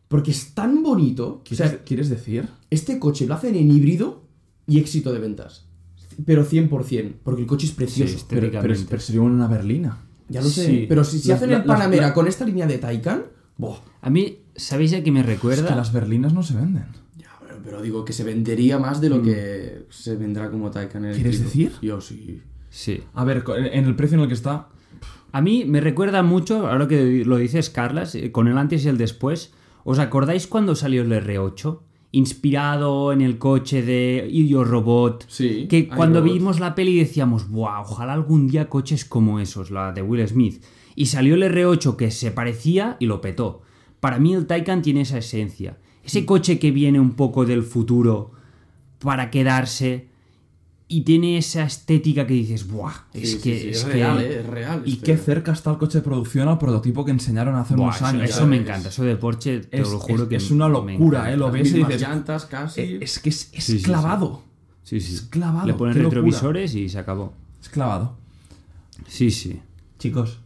Porque es tan bonito. O ¿Quieres, sea, ¿Quieres decir? este coche lo hacen en híbrido y éxito de ventas. Pero cien por ciento, porque el coche es precioso. Sí, Pero, pero, estéticamente. pero sería una berlina. Ya lo sé. Sí. Pero si, si La- hacen la- el las- Panamera la- con esta línea de Taycan, ¡boh! A mí, ¿sabéis a qué me Es recuerda? que las berlinas no se venden. Ya, pero, pero digo que se vendería más de lo que se vendrá como Taycan en el ¿Quieres decir? Yo sí. Sí. A ver, co- en el precio en el que está... A mí me recuerda mucho, ahora que lo dices, Carlas, eh, con el antes y el después. ¿Os acordáis cuando salió el R ocho? Inspirado en el coche de Yo Robot. Sí, Que hay cuando robots. vimos la peli decíamos, ¡buah! Ojalá algún día coches como esos, la de Will Smith. Y salió el R ocho que se parecía y lo petó. Para mí el Taycan tiene esa esencia. Ese coche que viene un poco del futuro para quedarse y tiene esa estética que dices, ¡buah! Es Sí, que sí, sí, es, es que- real, ¿eh? Es real. Y este. qué cerca está el coche de producción al prototipo que enseñaron hace Buah, unos eso, años. eso ¿sabes? me encanta, eso de Porsche, te Es, lo juro es- que es una me locura, encanta. ¿eh? Lo Las ves y mismas dices... llantas casi. "Eh, Es que es, es Sí, sí, sí. clavado. Sí, sí. Es clavado. Le ponen qué locura. retrovisores y se acabó. Es clavado. Sí, sí. Chicos,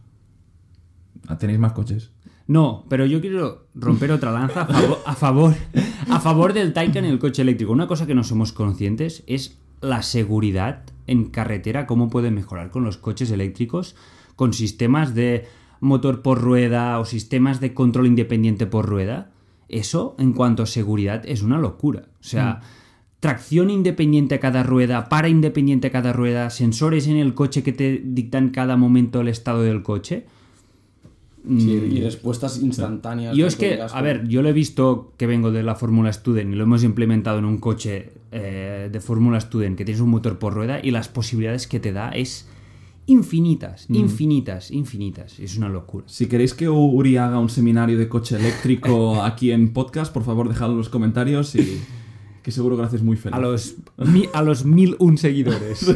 tenéis más coches. No, pero yo quiero romper otra lanza a favor, a favor, a favor del Taycan y el coche eléctrico. Una cosa que no somos conscientes es la seguridad en carretera, cómo puede mejorar con los coches eléctricos, con sistemas de motor por rueda o sistemas de control independiente por rueda. Eso, en cuanto a seguridad, es una locura. O sea, tracción independiente a cada rueda, para independiente a cada rueda, sensores en el coche que te dictan cada momento el estado del coche. Sí, y respuestas instantáneas. Yo es tanto en que, gas a como- ver, yo lo he visto que vengo de la Fórmula Student y lo hemos implementado en un coche eh, de Fórmula Student que tienes un motor por rueda y las posibilidades que te da es infinitas, infinitas, infinitas. Es una locura. Si queréis que Uri haga un seminario de coche eléctrico aquí en podcast, por favor dejadlo en los comentarios y que seguro que lo haces muy feliz. A los, mi- a los mil un seguidores.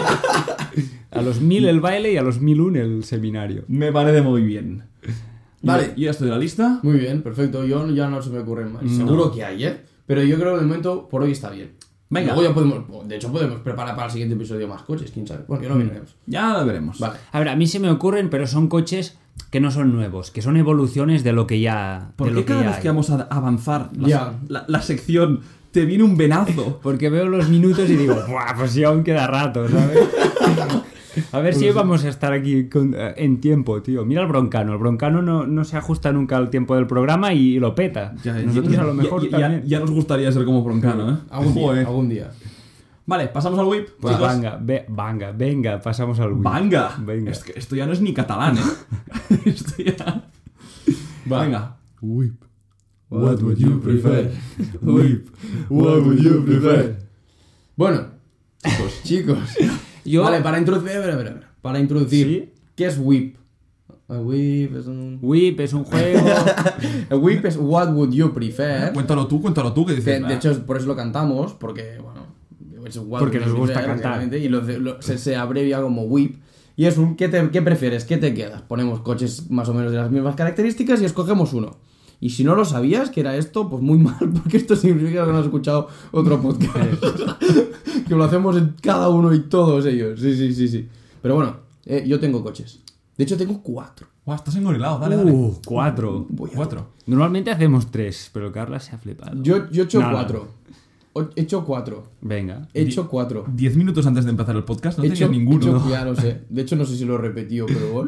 A los mil el baile y a los mil un el seminario. Me parece muy bien. Vale. Yo ya estoy de la lista. Muy bien, perfecto. Yo ya no se me ocurren más. Seguro que hay, ¿eh? Pero yo creo que de momento por hoy está bien. Venga. Luego ya podemos, de hecho podemos preparar para el siguiente episodio más coches, quién sabe. Bueno, ya lo miraremos. Ya lo veremos. Vale. A ver, a mí se me ocurren, pero son coches que no son nuevos, que son evoluciones de lo que ya, ¿Por de qué lo que cada ya vez hay. que vamos a avanzar la, Ya. la- la sección te viene un venazo? Porque veo los minutos y digo, ¡buah! Pues sí, aún queda rato, ¿sabes? A ver si hoy vamos a estar aquí con- eh, en tiempo, tío. Mira el broncano. El broncano no, no se ajusta nunca al tiempo del programa y lo peta. Ya, Nosotros ya- a lo mejor ya- ya- también. ya nos gustaría ser como Broncano, ¿eh? Algún día, Joder. algún día. Vale, pasamos al whip. Pues chicos. venga, ve- venga, venga, pasamos al whip. Venga. Venga. Es que esto ya no es ni catalán, ¿eh? Esto ya... Venga. Whip. What would you prefer? Whip. What would you prefer? Bueno, chicos, chicos. Yo- Vale, para introducir, a ver, a ver, a ver. Para introducir, ¿Sí? ¿qué es whip? El whip es un... Whip es un juego. El whip es what would you prefer. Cuéntalo tú, cuéntalo tú, que De, dices... de hecho, por eso lo cantamos, porque, bueno, es what Porque would nos you gusta prefer, cantar. básicamente, y lo, lo- se, se abrevia como whip. Y es un, ¿qué, te- ¿qué prefieres? ¿Qué te quedas? Ponemos coches más o menos de las mismas características y escogemos uno. Y si no lo sabías que era esto, pues muy mal, porque esto significa que no has escuchado otro podcast. Que lo hacemos en cada uno y todos ellos. Sí, sí, sí, sí. Pero bueno, eh, yo tengo coches. De hecho, tengo cuatro. Guau, estás engorilado, dale, dale. Uh, cuatro. Voy a- Cuatro. Normalmente hacemos tres, pero Carla se ha flipado. Yo, yo he hecho Nada. cuatro. O- He hecho cuatro. Venga. He hecho cuatro. Diez minutos antes de empezar el podcast no He tenías hecho, ninguno. he hecho- ¿no? ya lo sé. De hecho, no sé si lo he repetido, pero bueno.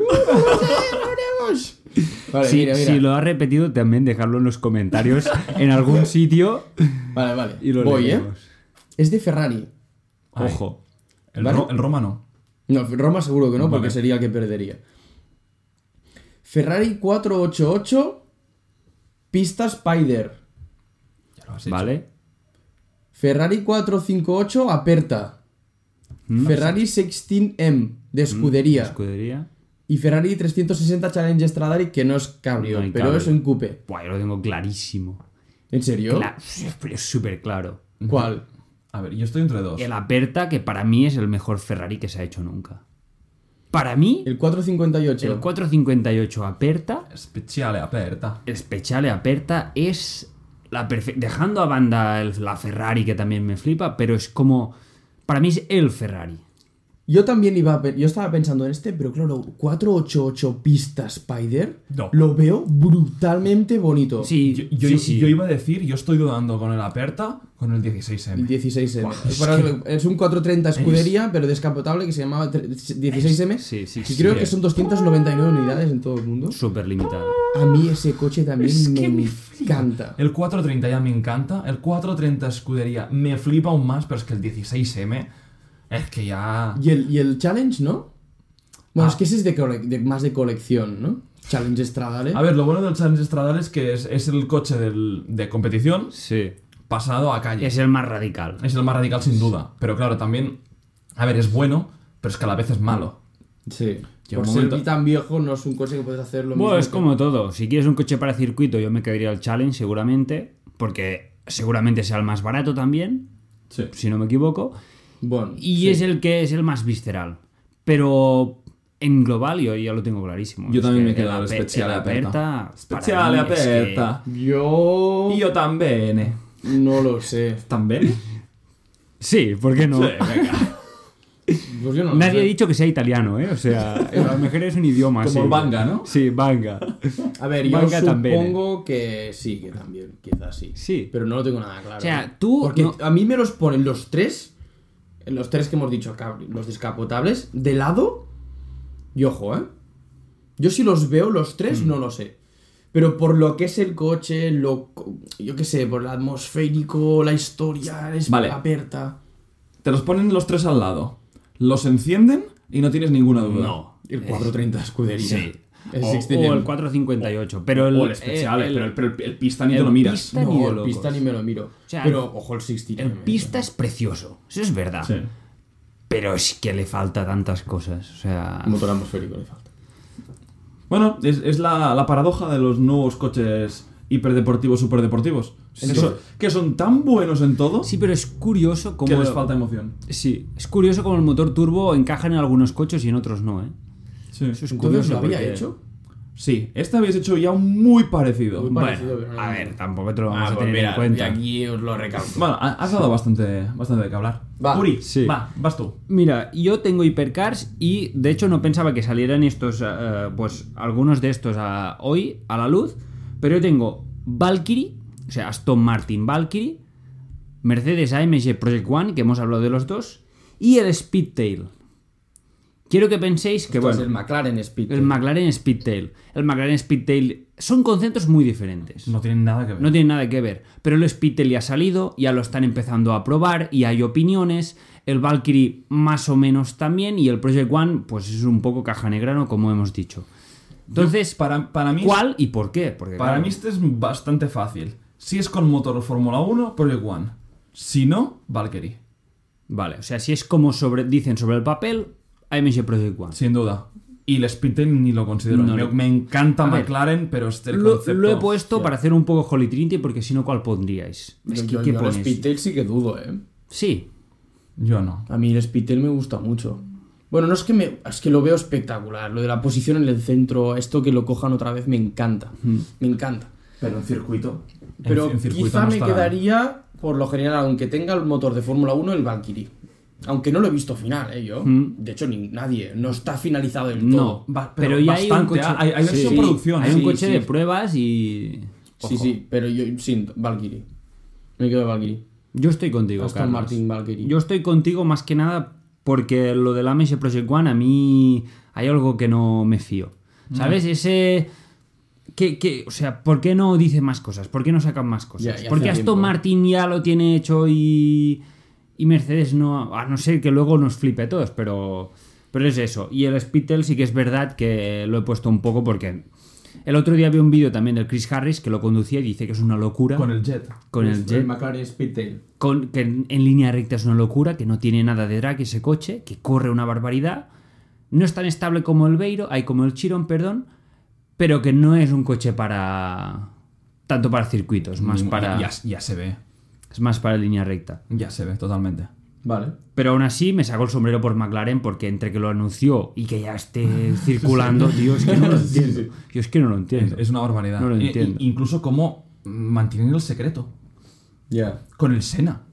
Vale, Si, mira, mira. si lo has repetido, también dejarlo en los comentarios en algún sitio Vale, vale. y lo Voy, ¿eh? leemos. Es de Ferrari. Ojo. El, ¿Vale? ro- el romano. No, Roma seguro que no, porque Vale. sería el que perdería. Ferrari cuatrocientos ochenta y ocho pista Spider. Ya lo has hecho. ¿Vale? Ferrari cuatrocientos cincuenta y ocho aperta. ¿Mm? Ferrari dieciséis M de escudería. Escudería. Y Ferrari trescientos sesenta Challenge Stradale, que no es cabrio, No hay pero cabrio. es en coupé. Buah, yo lo tengo clarísimo. ¿En serio? Cla- pero es súper claro. ¿Cuál? A ver, yo estoy entre dos. El Aperta, que para mí es el mejor Ferrari que se ha hecho nunca. Para mí, El cuatrocientos cincuenta y ocho. el cuatrocientos cincuenta y ocho Aperta, Speciale aperta. Speciale Aperta, es la perfe- dejando a banda el- la Ferrari, que también me flipa, pero es como... Para mí es el Ferrari. Yo también iba a pe- yo estaba pensando en este, pero claro, cuatrocientos ochenta y ocho pistas Spider, No. lo veo brutalmente bonito. Sí, Yo, yo, sí, sí. yo iba a decir, yo estoy dudando con el Aperta, con el dieciséis eme. El dieciséis eme. Buah, es Para- que- es un cuatrocientos treinta escudería, pero descapotable, que se llamaba tre- dieciséis eme. Sí, sí, Y sí. creo que son doscientas noventa y nueve unidades en todo el mundo. Súper limitado. A mí ese coche también Es me, que me flipa. encanta. El cuatrocientos treinta ya me encanta, el cuatrocientos treinta escudería me flipa aún más, pero es que el dieciséis eme es que ya... ¿Y el, y el Challenge, no? Bueno, Ah. es que ese es de, cole- de- más de colección, ¿no? Challenge Stradale. A ver, lo bueno del Challenge Stradale es que es, es el coche del- de competición Sí. pasado a calle. Es el más radical. Es el más radical sin duda, pero claro, también... A ver, es bueno, pero es que a la vez es malo. Sí. Llega Por un ser momento- tan viejo, no es un coche que puedes hacer lo mismo. Bueno, es que- como todo. Si quieres un coche para circuito, yo me quedaría el Challenge seguramente, porque seguramente sea el más barato también, Sí. si no me equivoco, Bueno, y sí. es el que es el más visceral. Pero en global yo ya lo tengo clarísimo. Yo Es también que me quedo el al ape- Speciale el Aperta. Aperta, Speciale para mí es que- Aperta. Yo... Io también. No lo sé. ¿También? Sí, ¿por qué no? Sí, venga. Pues yo no lo Nadie sé. ha dicho que sea italiano, ¿eh? O sea, a lo mejor es un idioma. Como sí. el Banga, ¿no? Sí, Banga. A ver, yo Manga también, supongo que sí, que también, quizás sí. Sí. Pero no lo tengo nada claro. O sea, ¿eh? tú Porque no- a mí me los ponen los tres, los tres que hemos dicho acá, los descapotables, de lado, y ojo, ¿eh? Yo si los veo los tres, Mm. no lo sé. Pero por lo que es el coche, lo, yo qué sé, por el atmosférico, la historia, es Vale. abierta. Te los ponen los tres al lado. Los encienden y no tienes ninguna duda. No. El cuatrocientos treinta escudería. Sí. El O, sixteen o M. el cuatrocientos cincuenta y ocho. Pero el, O el especial, el- pero, el, pero el- el pista ni te el lo miras. pista- ni de No, el locos. pista ni me lo miro. O sea, pero ojo el sixteen el M. pista es precioso. Eso es verdad. Sí. Pero es que le falta tantas cosas. O sea. Motor atmosférico le falta. Bueno, es, es la, la paradoja de los nuevos coches hiperdeportivos, superdeportivos. Sí. Que, son, que son tan buenos en todo Sí, pero es curioso cómo. que les falta emoción. Sí, es curioso cómo el motor turbo encaja en algunos coches y en otros no, ¿eh? Sí. Eso es Entonces curioso. lo había porque- hecho. Sí, este habéis hecho ya un muy parecido. Muy Bueno, parecido, pero no- A ver, tampoco te lo vamos Ah, a pues tener mira, en cuenta. y aquí os lo recalco. Bueno, ha- has dado bastante, bastante de qué hablar. Va. Uri, Sí. va, vas tú. Mira, yo tengo hipercars y de hecho no pensaba que salieran estos, eh, pues algunos de estos a- hoy a la luz, pero yo tengo Valkyrie, o sea, Aston Martin Valkyrie, Mercedes A M G Project One, que hemos hablado de los dos, y el Speedtail. Quiero que penséis que, Esto es bueno, el McLaren Speed. el McLaren Speedtail, el McLaren Speedtail son conceptos muy diferentes. No tienen nada que ver. No tiene nada que ver. Pero el Speedtail ya ha salido, ya lo están empezando a probar y hay opiniones. El Valkyrie más o menos también y el Project One pues es un poco caja negra, ¿no? Como hemos dicho. Entonces, Yo, para, para mí, ¿cuál y por qué? Porque, para claro, mí este es bastante fácil. Si es con motor Fórmula uno, Project One. Si no, Valkyrie. Vale, o sea, si es como sobre, dicen sobre el papel, A M G Project One. Sin duda. Y el Speedtail ni lo considero. No, me, no. me encanta A ver, McLaren, pero este el Lo, concepto... lo he puesto hostia. para hacer un poco Holy Trinity porque si no, ¿cuál pondríais? Es Yo- que, yo- ¿qué yo el pones? Speedtail sí que dudo, eh. Sí, Yo no. A mí el Speedtail me gusta mucho. Bueno, no es que me. Es que lo veo espectacular. Lo de la posición en el centro, esto que lo cojan otra vez, me encanta. Me encanta. Pero en circuito... Pero en, en circuito quizá no me estará. quedaría, por lo general, aunque tenga el motor de Fórmula uno, el Valkyrie. Aunque no lo he visto final, ¿eh? Yo. Mm. De hecho, ni nadie. No está finalizado del no. todo. Va- pero, pero ya hay un bastante, coche. hay- hay versión producción, Hay ¿eh? un Sí, coche sí. de pruebas y. Sí, Ojo. sí, pero yo. Sí, Valkyrie. Me quedo de Valkyrie. Yo estoy contigo, Aston Carlos. Martin Valkyrie. Yo estoy contigo más que nada porque lo del A M G Project One a mí hay algo que no me fío. ¿Sabes? Ese... Que, que, o sea, ¿por qué no dice más cosas? ¿Por qué no sacan más cosas? Ya, ya hace Porque Aston tiempo. Martin ya lo tiene hecho y... Y Mercedes no... A no ser que luego nos flipe a todos, pero... Pero es eso. Y el Speedtail sí que es verdad que lo he puesto un poco porque... El otro día vi un vídeo también del Chris Harris que lo conducía y dice que es una locura. Con el Jet. Con el Jet. McLaren Speedtail. Con, que en, en línea recta es una locura, que no tiene nada de drag ese coche, que corre una barbaridad. No es tan estable como el Beiro, hay como el Chiron, perdón, pero que no es un coche para... Tanto para circuitos, más Mm, para... Ya, ya se ve. Es más para línea recta. Ya se ve, totalmente. Vale. Pero aún así me sacó el sombrero por McLaren porque entre que lo anunció y que ya esté circulando, tío, es que no lo entiendo. Yo es que no lo Es, entiendo. es una barbaridad. No lo E- entiendo. e- incluso cómo mantienen el secreto. Ya. Con el Senna.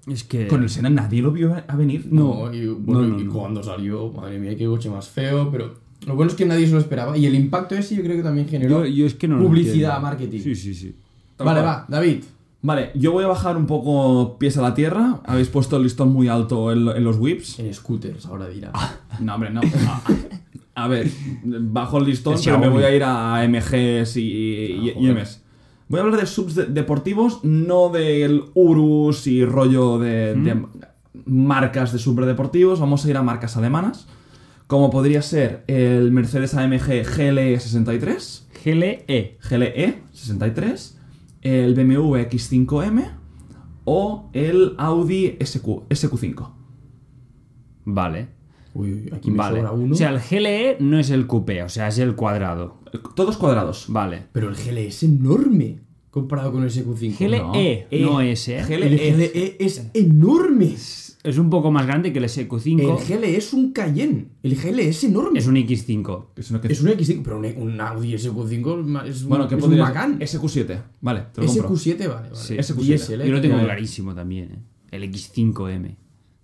Es que... Con el Senna nadie lo vio a venir. No, y, bueno, no, no, y no. cuando salió, madre mía, qué coche más feo, pero lo bueno es que nadie se lo esperaba. Y el impacto ese yo creo que también generó Yo, yo es que no lo publicidad, entiendo. marketing. Sí, sí, sí. Vale, va, David. Vale, yo voy a bajar un poco pies a la tierra. Habéis puesto el listón muy alto en, en los whips. En scooters, ahora dirá. No, hombre, no. A ver, bajo el listón, El pero me Xiaomi. voy a ir a M Gs y, y, y Ms. Voy a hablar de subs de- deportivos, no del Urus y rollo de, de marcas de subdeportivos. Vamos a ir a marcas alemanas, como podría ser el Mercedes A M G G L E sesenta y tres, G L E. G L E sesenta y tres, el B M W X cinco M o el Audi S Q, S Q cinco. Vale. Uy, uy, aquí me Vale. sobra uno. O sea, el G L E no es el coupé, o sea, es el cuadrado. Todos cuadrados. Vale. Pero el G L E es enorme comparado con el S Q cinco. G L E, No. no E. S, ¿eh? G L El G L E es enorme. Es un poco más grande que el S Q cinco. El G L E es un Cayenne. El G L E es enorme. Es un X cinco. Que es una que- Es un X cinco, pero un, un Audi S Q cinco es ma- es un, Bueno, ¿qué es un podría Macan. S Q siete. Vale, te lo compro. S Q siete, vale, vale. Sí. S Q siete. Diesel, ¿eh? Yo lo tengo Ya, ya. clarísimo también, ¿eh? El X cinco M.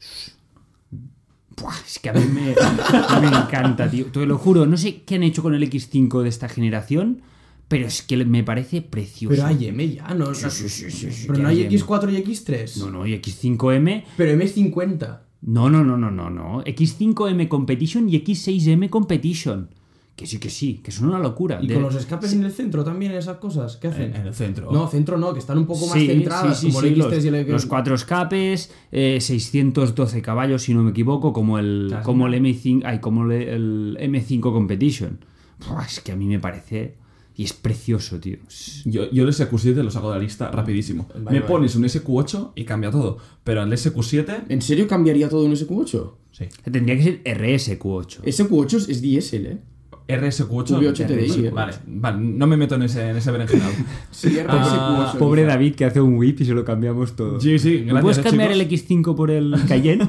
Buah, es que a mí me, me encanta, tío. Te lo juro, no sé qué han hecho con el X cinco de esta generación, pero es que me parece precioso. Pero hay M ya, ¿no? Sí, sí, sí, sí, sí, Pero que no hay hay M. X cuatro y X tres. No, no, y X cinco M. Pero M es cincuenta. No, no, no, no, no, no. X cinco M Competition y X seis M Competition. Que sí, que sí, que son una locura. Y De- con los escapes en el centro también, esas cosas. ¿Qué hacen? En, en el centro. No, centro no, que están un poco más Sí, centradas, sí, sí, como sí, el X tres los, y el X... los cuatro escapes, eh, seiscientos doce caballos, si no me equivoco, como el, Casi como el nada. M cinco, ay, como el, el M cinco Competition. Buah, es que a mí me parece... Y es precioso, tío. Es- Yo, yo el S Q siete lo saco de la lista rapidísimo. Vale, Me vale. pones un S Q ocho y cambia todo. Pero el S Q siete... ¿En serio cambiaría todo un S Q ocho? Sí. Tendría que ser R S Q ocho. S Q ocho es diésel, ¿eh? R S Q ocho... V ocho T D I, eh. Vale, vale, no me meto en ese, en ese berenjenal. Sí, R S Q ocho. Ah, Pobre David que hace un whip y se lo cambiamos todo. Sí, sí, ¿Me gracias, ¿Puedes eh, cambiar chicos. el X cinco por el Cayenne?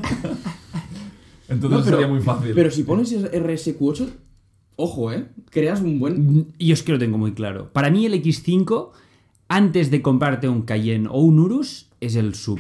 Entonces No, pero- sería muy fácil. Pero si pones R S Q ocho, ojo, ¿eh? Creas un buen... Y yo es que lo tengo muy claro. Para mí el X cinco, antes de comprarte un Cayenne o un Urus, es el sub.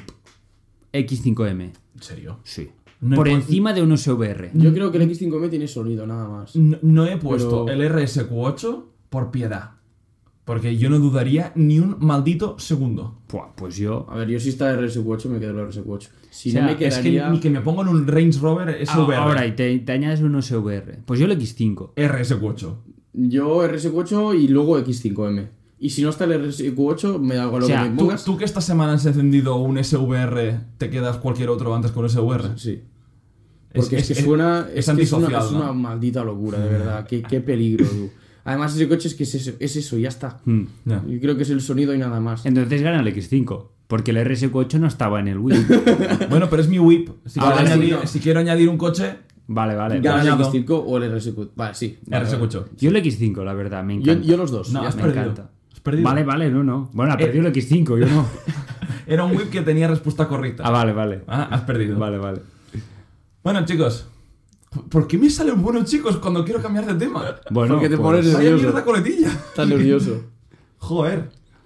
X cinco M. ¿En serio? Sí. No Por he pu- encima de un S V R. Yo creo que el X cinco M tiene sonido, nada más. No, no he puesto Pero- el R S Q ocho por piedad. Porque yo no dudaría ni un maldito segundo. Buah, pues yo... A ver, yo si está R S Q ocho me quedo el R S Q ocho. Si O sea, no me Es que quedaría... ni que me pongan un Range Rover S V R. Ah, ahora, y te, te añades un S V R. Pues yo el X cinco. R S Q ocho. Yo R S Q ocho y luego X cinco M. Y si no está el R S Q ocho, me da igual lo O sea, que me ¿Tú, pongas. tú que esta semana has encendido un S V R, te quedas cualquier otro antes con S V R? Sí. Es- Porque es, es- que suena... es Es, que es, una, antisocial, es ¿no? una maldita locura, de verdad. Qué, qué peligro, tú. Además, ese coche es que es eso, es eso, ya está. Hmm. Ya. Yo creo que es el sonido y nada más. Entonces gana el X cinco. Porque el R S Q ocho no estaba en el Wii. Bueno, pero es mi whip. Si, Ah, quiero, vale, añadir, sí, no. si quiero añadir un coche, Vale, vale. ¿Gana el añado. X cinco o el R S Q? Vale, sí. Vale, R S Q vale. ocho. Yo el X cinco, la verdad, me Yo, encanta. yo los dos. No, ya has está. me perdido. encanta. Has perdido. Vale, vale, no, no. Bueno, ha Eh. perdido el X cinco, yo no. Era un whip que tenía respuesta correcta. Ah, vale, vale. Ah, has perdido. Vale, vale. Bueno, chicos. ¿Por qué me salen buenos chicos cuando quiero cambiar de tema? Bueno, Porque te pues, pones Vaya nervioso. mierda coletilla. Está nervioso. Joder.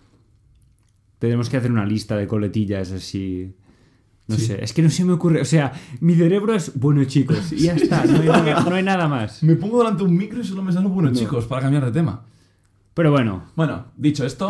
tenemos que hacer una lista de coletillas así. No sé, es que no se me ocurre. O sea, mi cerebro es bueno, chicos, y ya está, no hay nada, no hay nada más. Me pongo delante de un micro y solo me salen buenos chicos para cambiar de tema. Pero bueno, Bueno, dicho esto,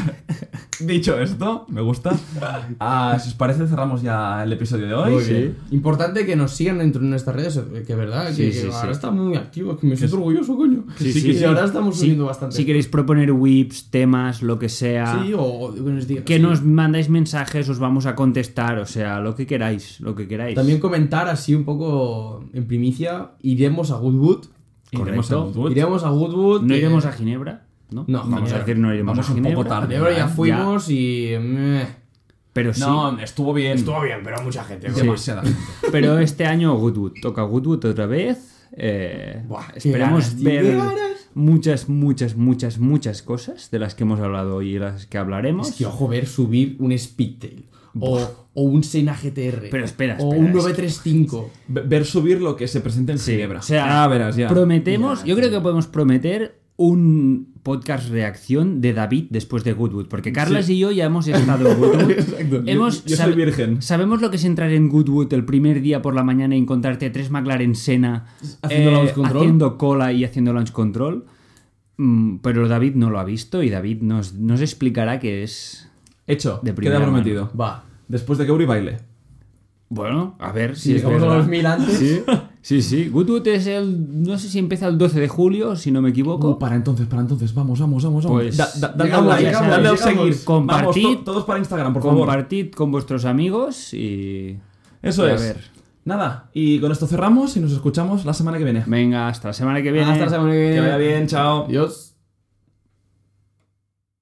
dicho esto, me gusta. Ah, si os parece, cerramos ya el episodio de hoy. Muy Sí. bien. Importante que nos sigan dentro de nuestras redes, que verdad, Sí, que, sí, que sí. ahora estamos muy activos, que me siento orgulloso, coño. Sí, sí, Y sí. ahora estamos Sí, subiendo bastante. si queréis proponer whips, temas, lo que sea, Sí, o, o que nos digan. que sí. nos mandáis mensajes, os vamos a contestar, o sea, lo que queráis, lo que queráis. También comentar así un poco en primicia, iremos a Goodwood. Iremos a Correcto. Goodwood. Iremos a Goodwood. ¿No eh, iremos a Ginebra? ¿No? No, vamos Ginebra. a decir no iremos Vamos a un poco Ginebra. tarde. Ginebra ya Ya. fuimos y... meh. Pero sí, No, estuvo bien. Estuvo bien, pero mucha gente. Sí. Demasiada gente. pero este año Goodwood, toca Goodwood otra vez. eh, Buah, qué esperemos ganas, tío, ver qué ganas. muchas, muchas, muchas, muchas cosas de las que hemos hablado hoy y las que hablaremos. Es que ojo ver subir un Speedtail. O, o un Senna G T R. Pero espera, O espera, un es nueve treinta y cinco. Ve- Ver subir lo que se presenta en Ginebra. O sea, ah, verás, ya. prometemos, Ya, yo creo tío. que podemos prometer un podcast reacción de David después de Goodwood, porque Carlas Sí. y yo ya hemos estado en Goodwood. Exacto. Hemos, Yo- yo soy virgen. Sabemos lo que es entrar en Goodwood el primer día por la mañana y encontrarte tres McLaren Senna Haciendo launch control. haciendo cola y haciendo launch control. Mm, pero David no lo ha visto y David nos, nos explicará qué es. Hecho, De queda primera prometido. Va. Después de que Uri baile. Bueno, a ver si Si es llegamos a verdad. los mil antes. Sí, sí, sí. Goodwood es el. No sé si empieza el doce de julio, si no me equivoco. Uh, para entonces, para entonces. Vamos, vamos, vamos. vamos. Pues, Da- da- dadle llegamos, al like, llegamos, dadle al llegamos. seguir. Compartid. Vamos, to- todos para Instagram, por favor. Compartid con vuestros amigos y. Eso y a es. ver. Nada, y con esto cerramos y nos escuchamos la semana que viene. Venga, hasta la semana que viene. Hasta la semana que viene. Que vaya bien, chao. Adiós.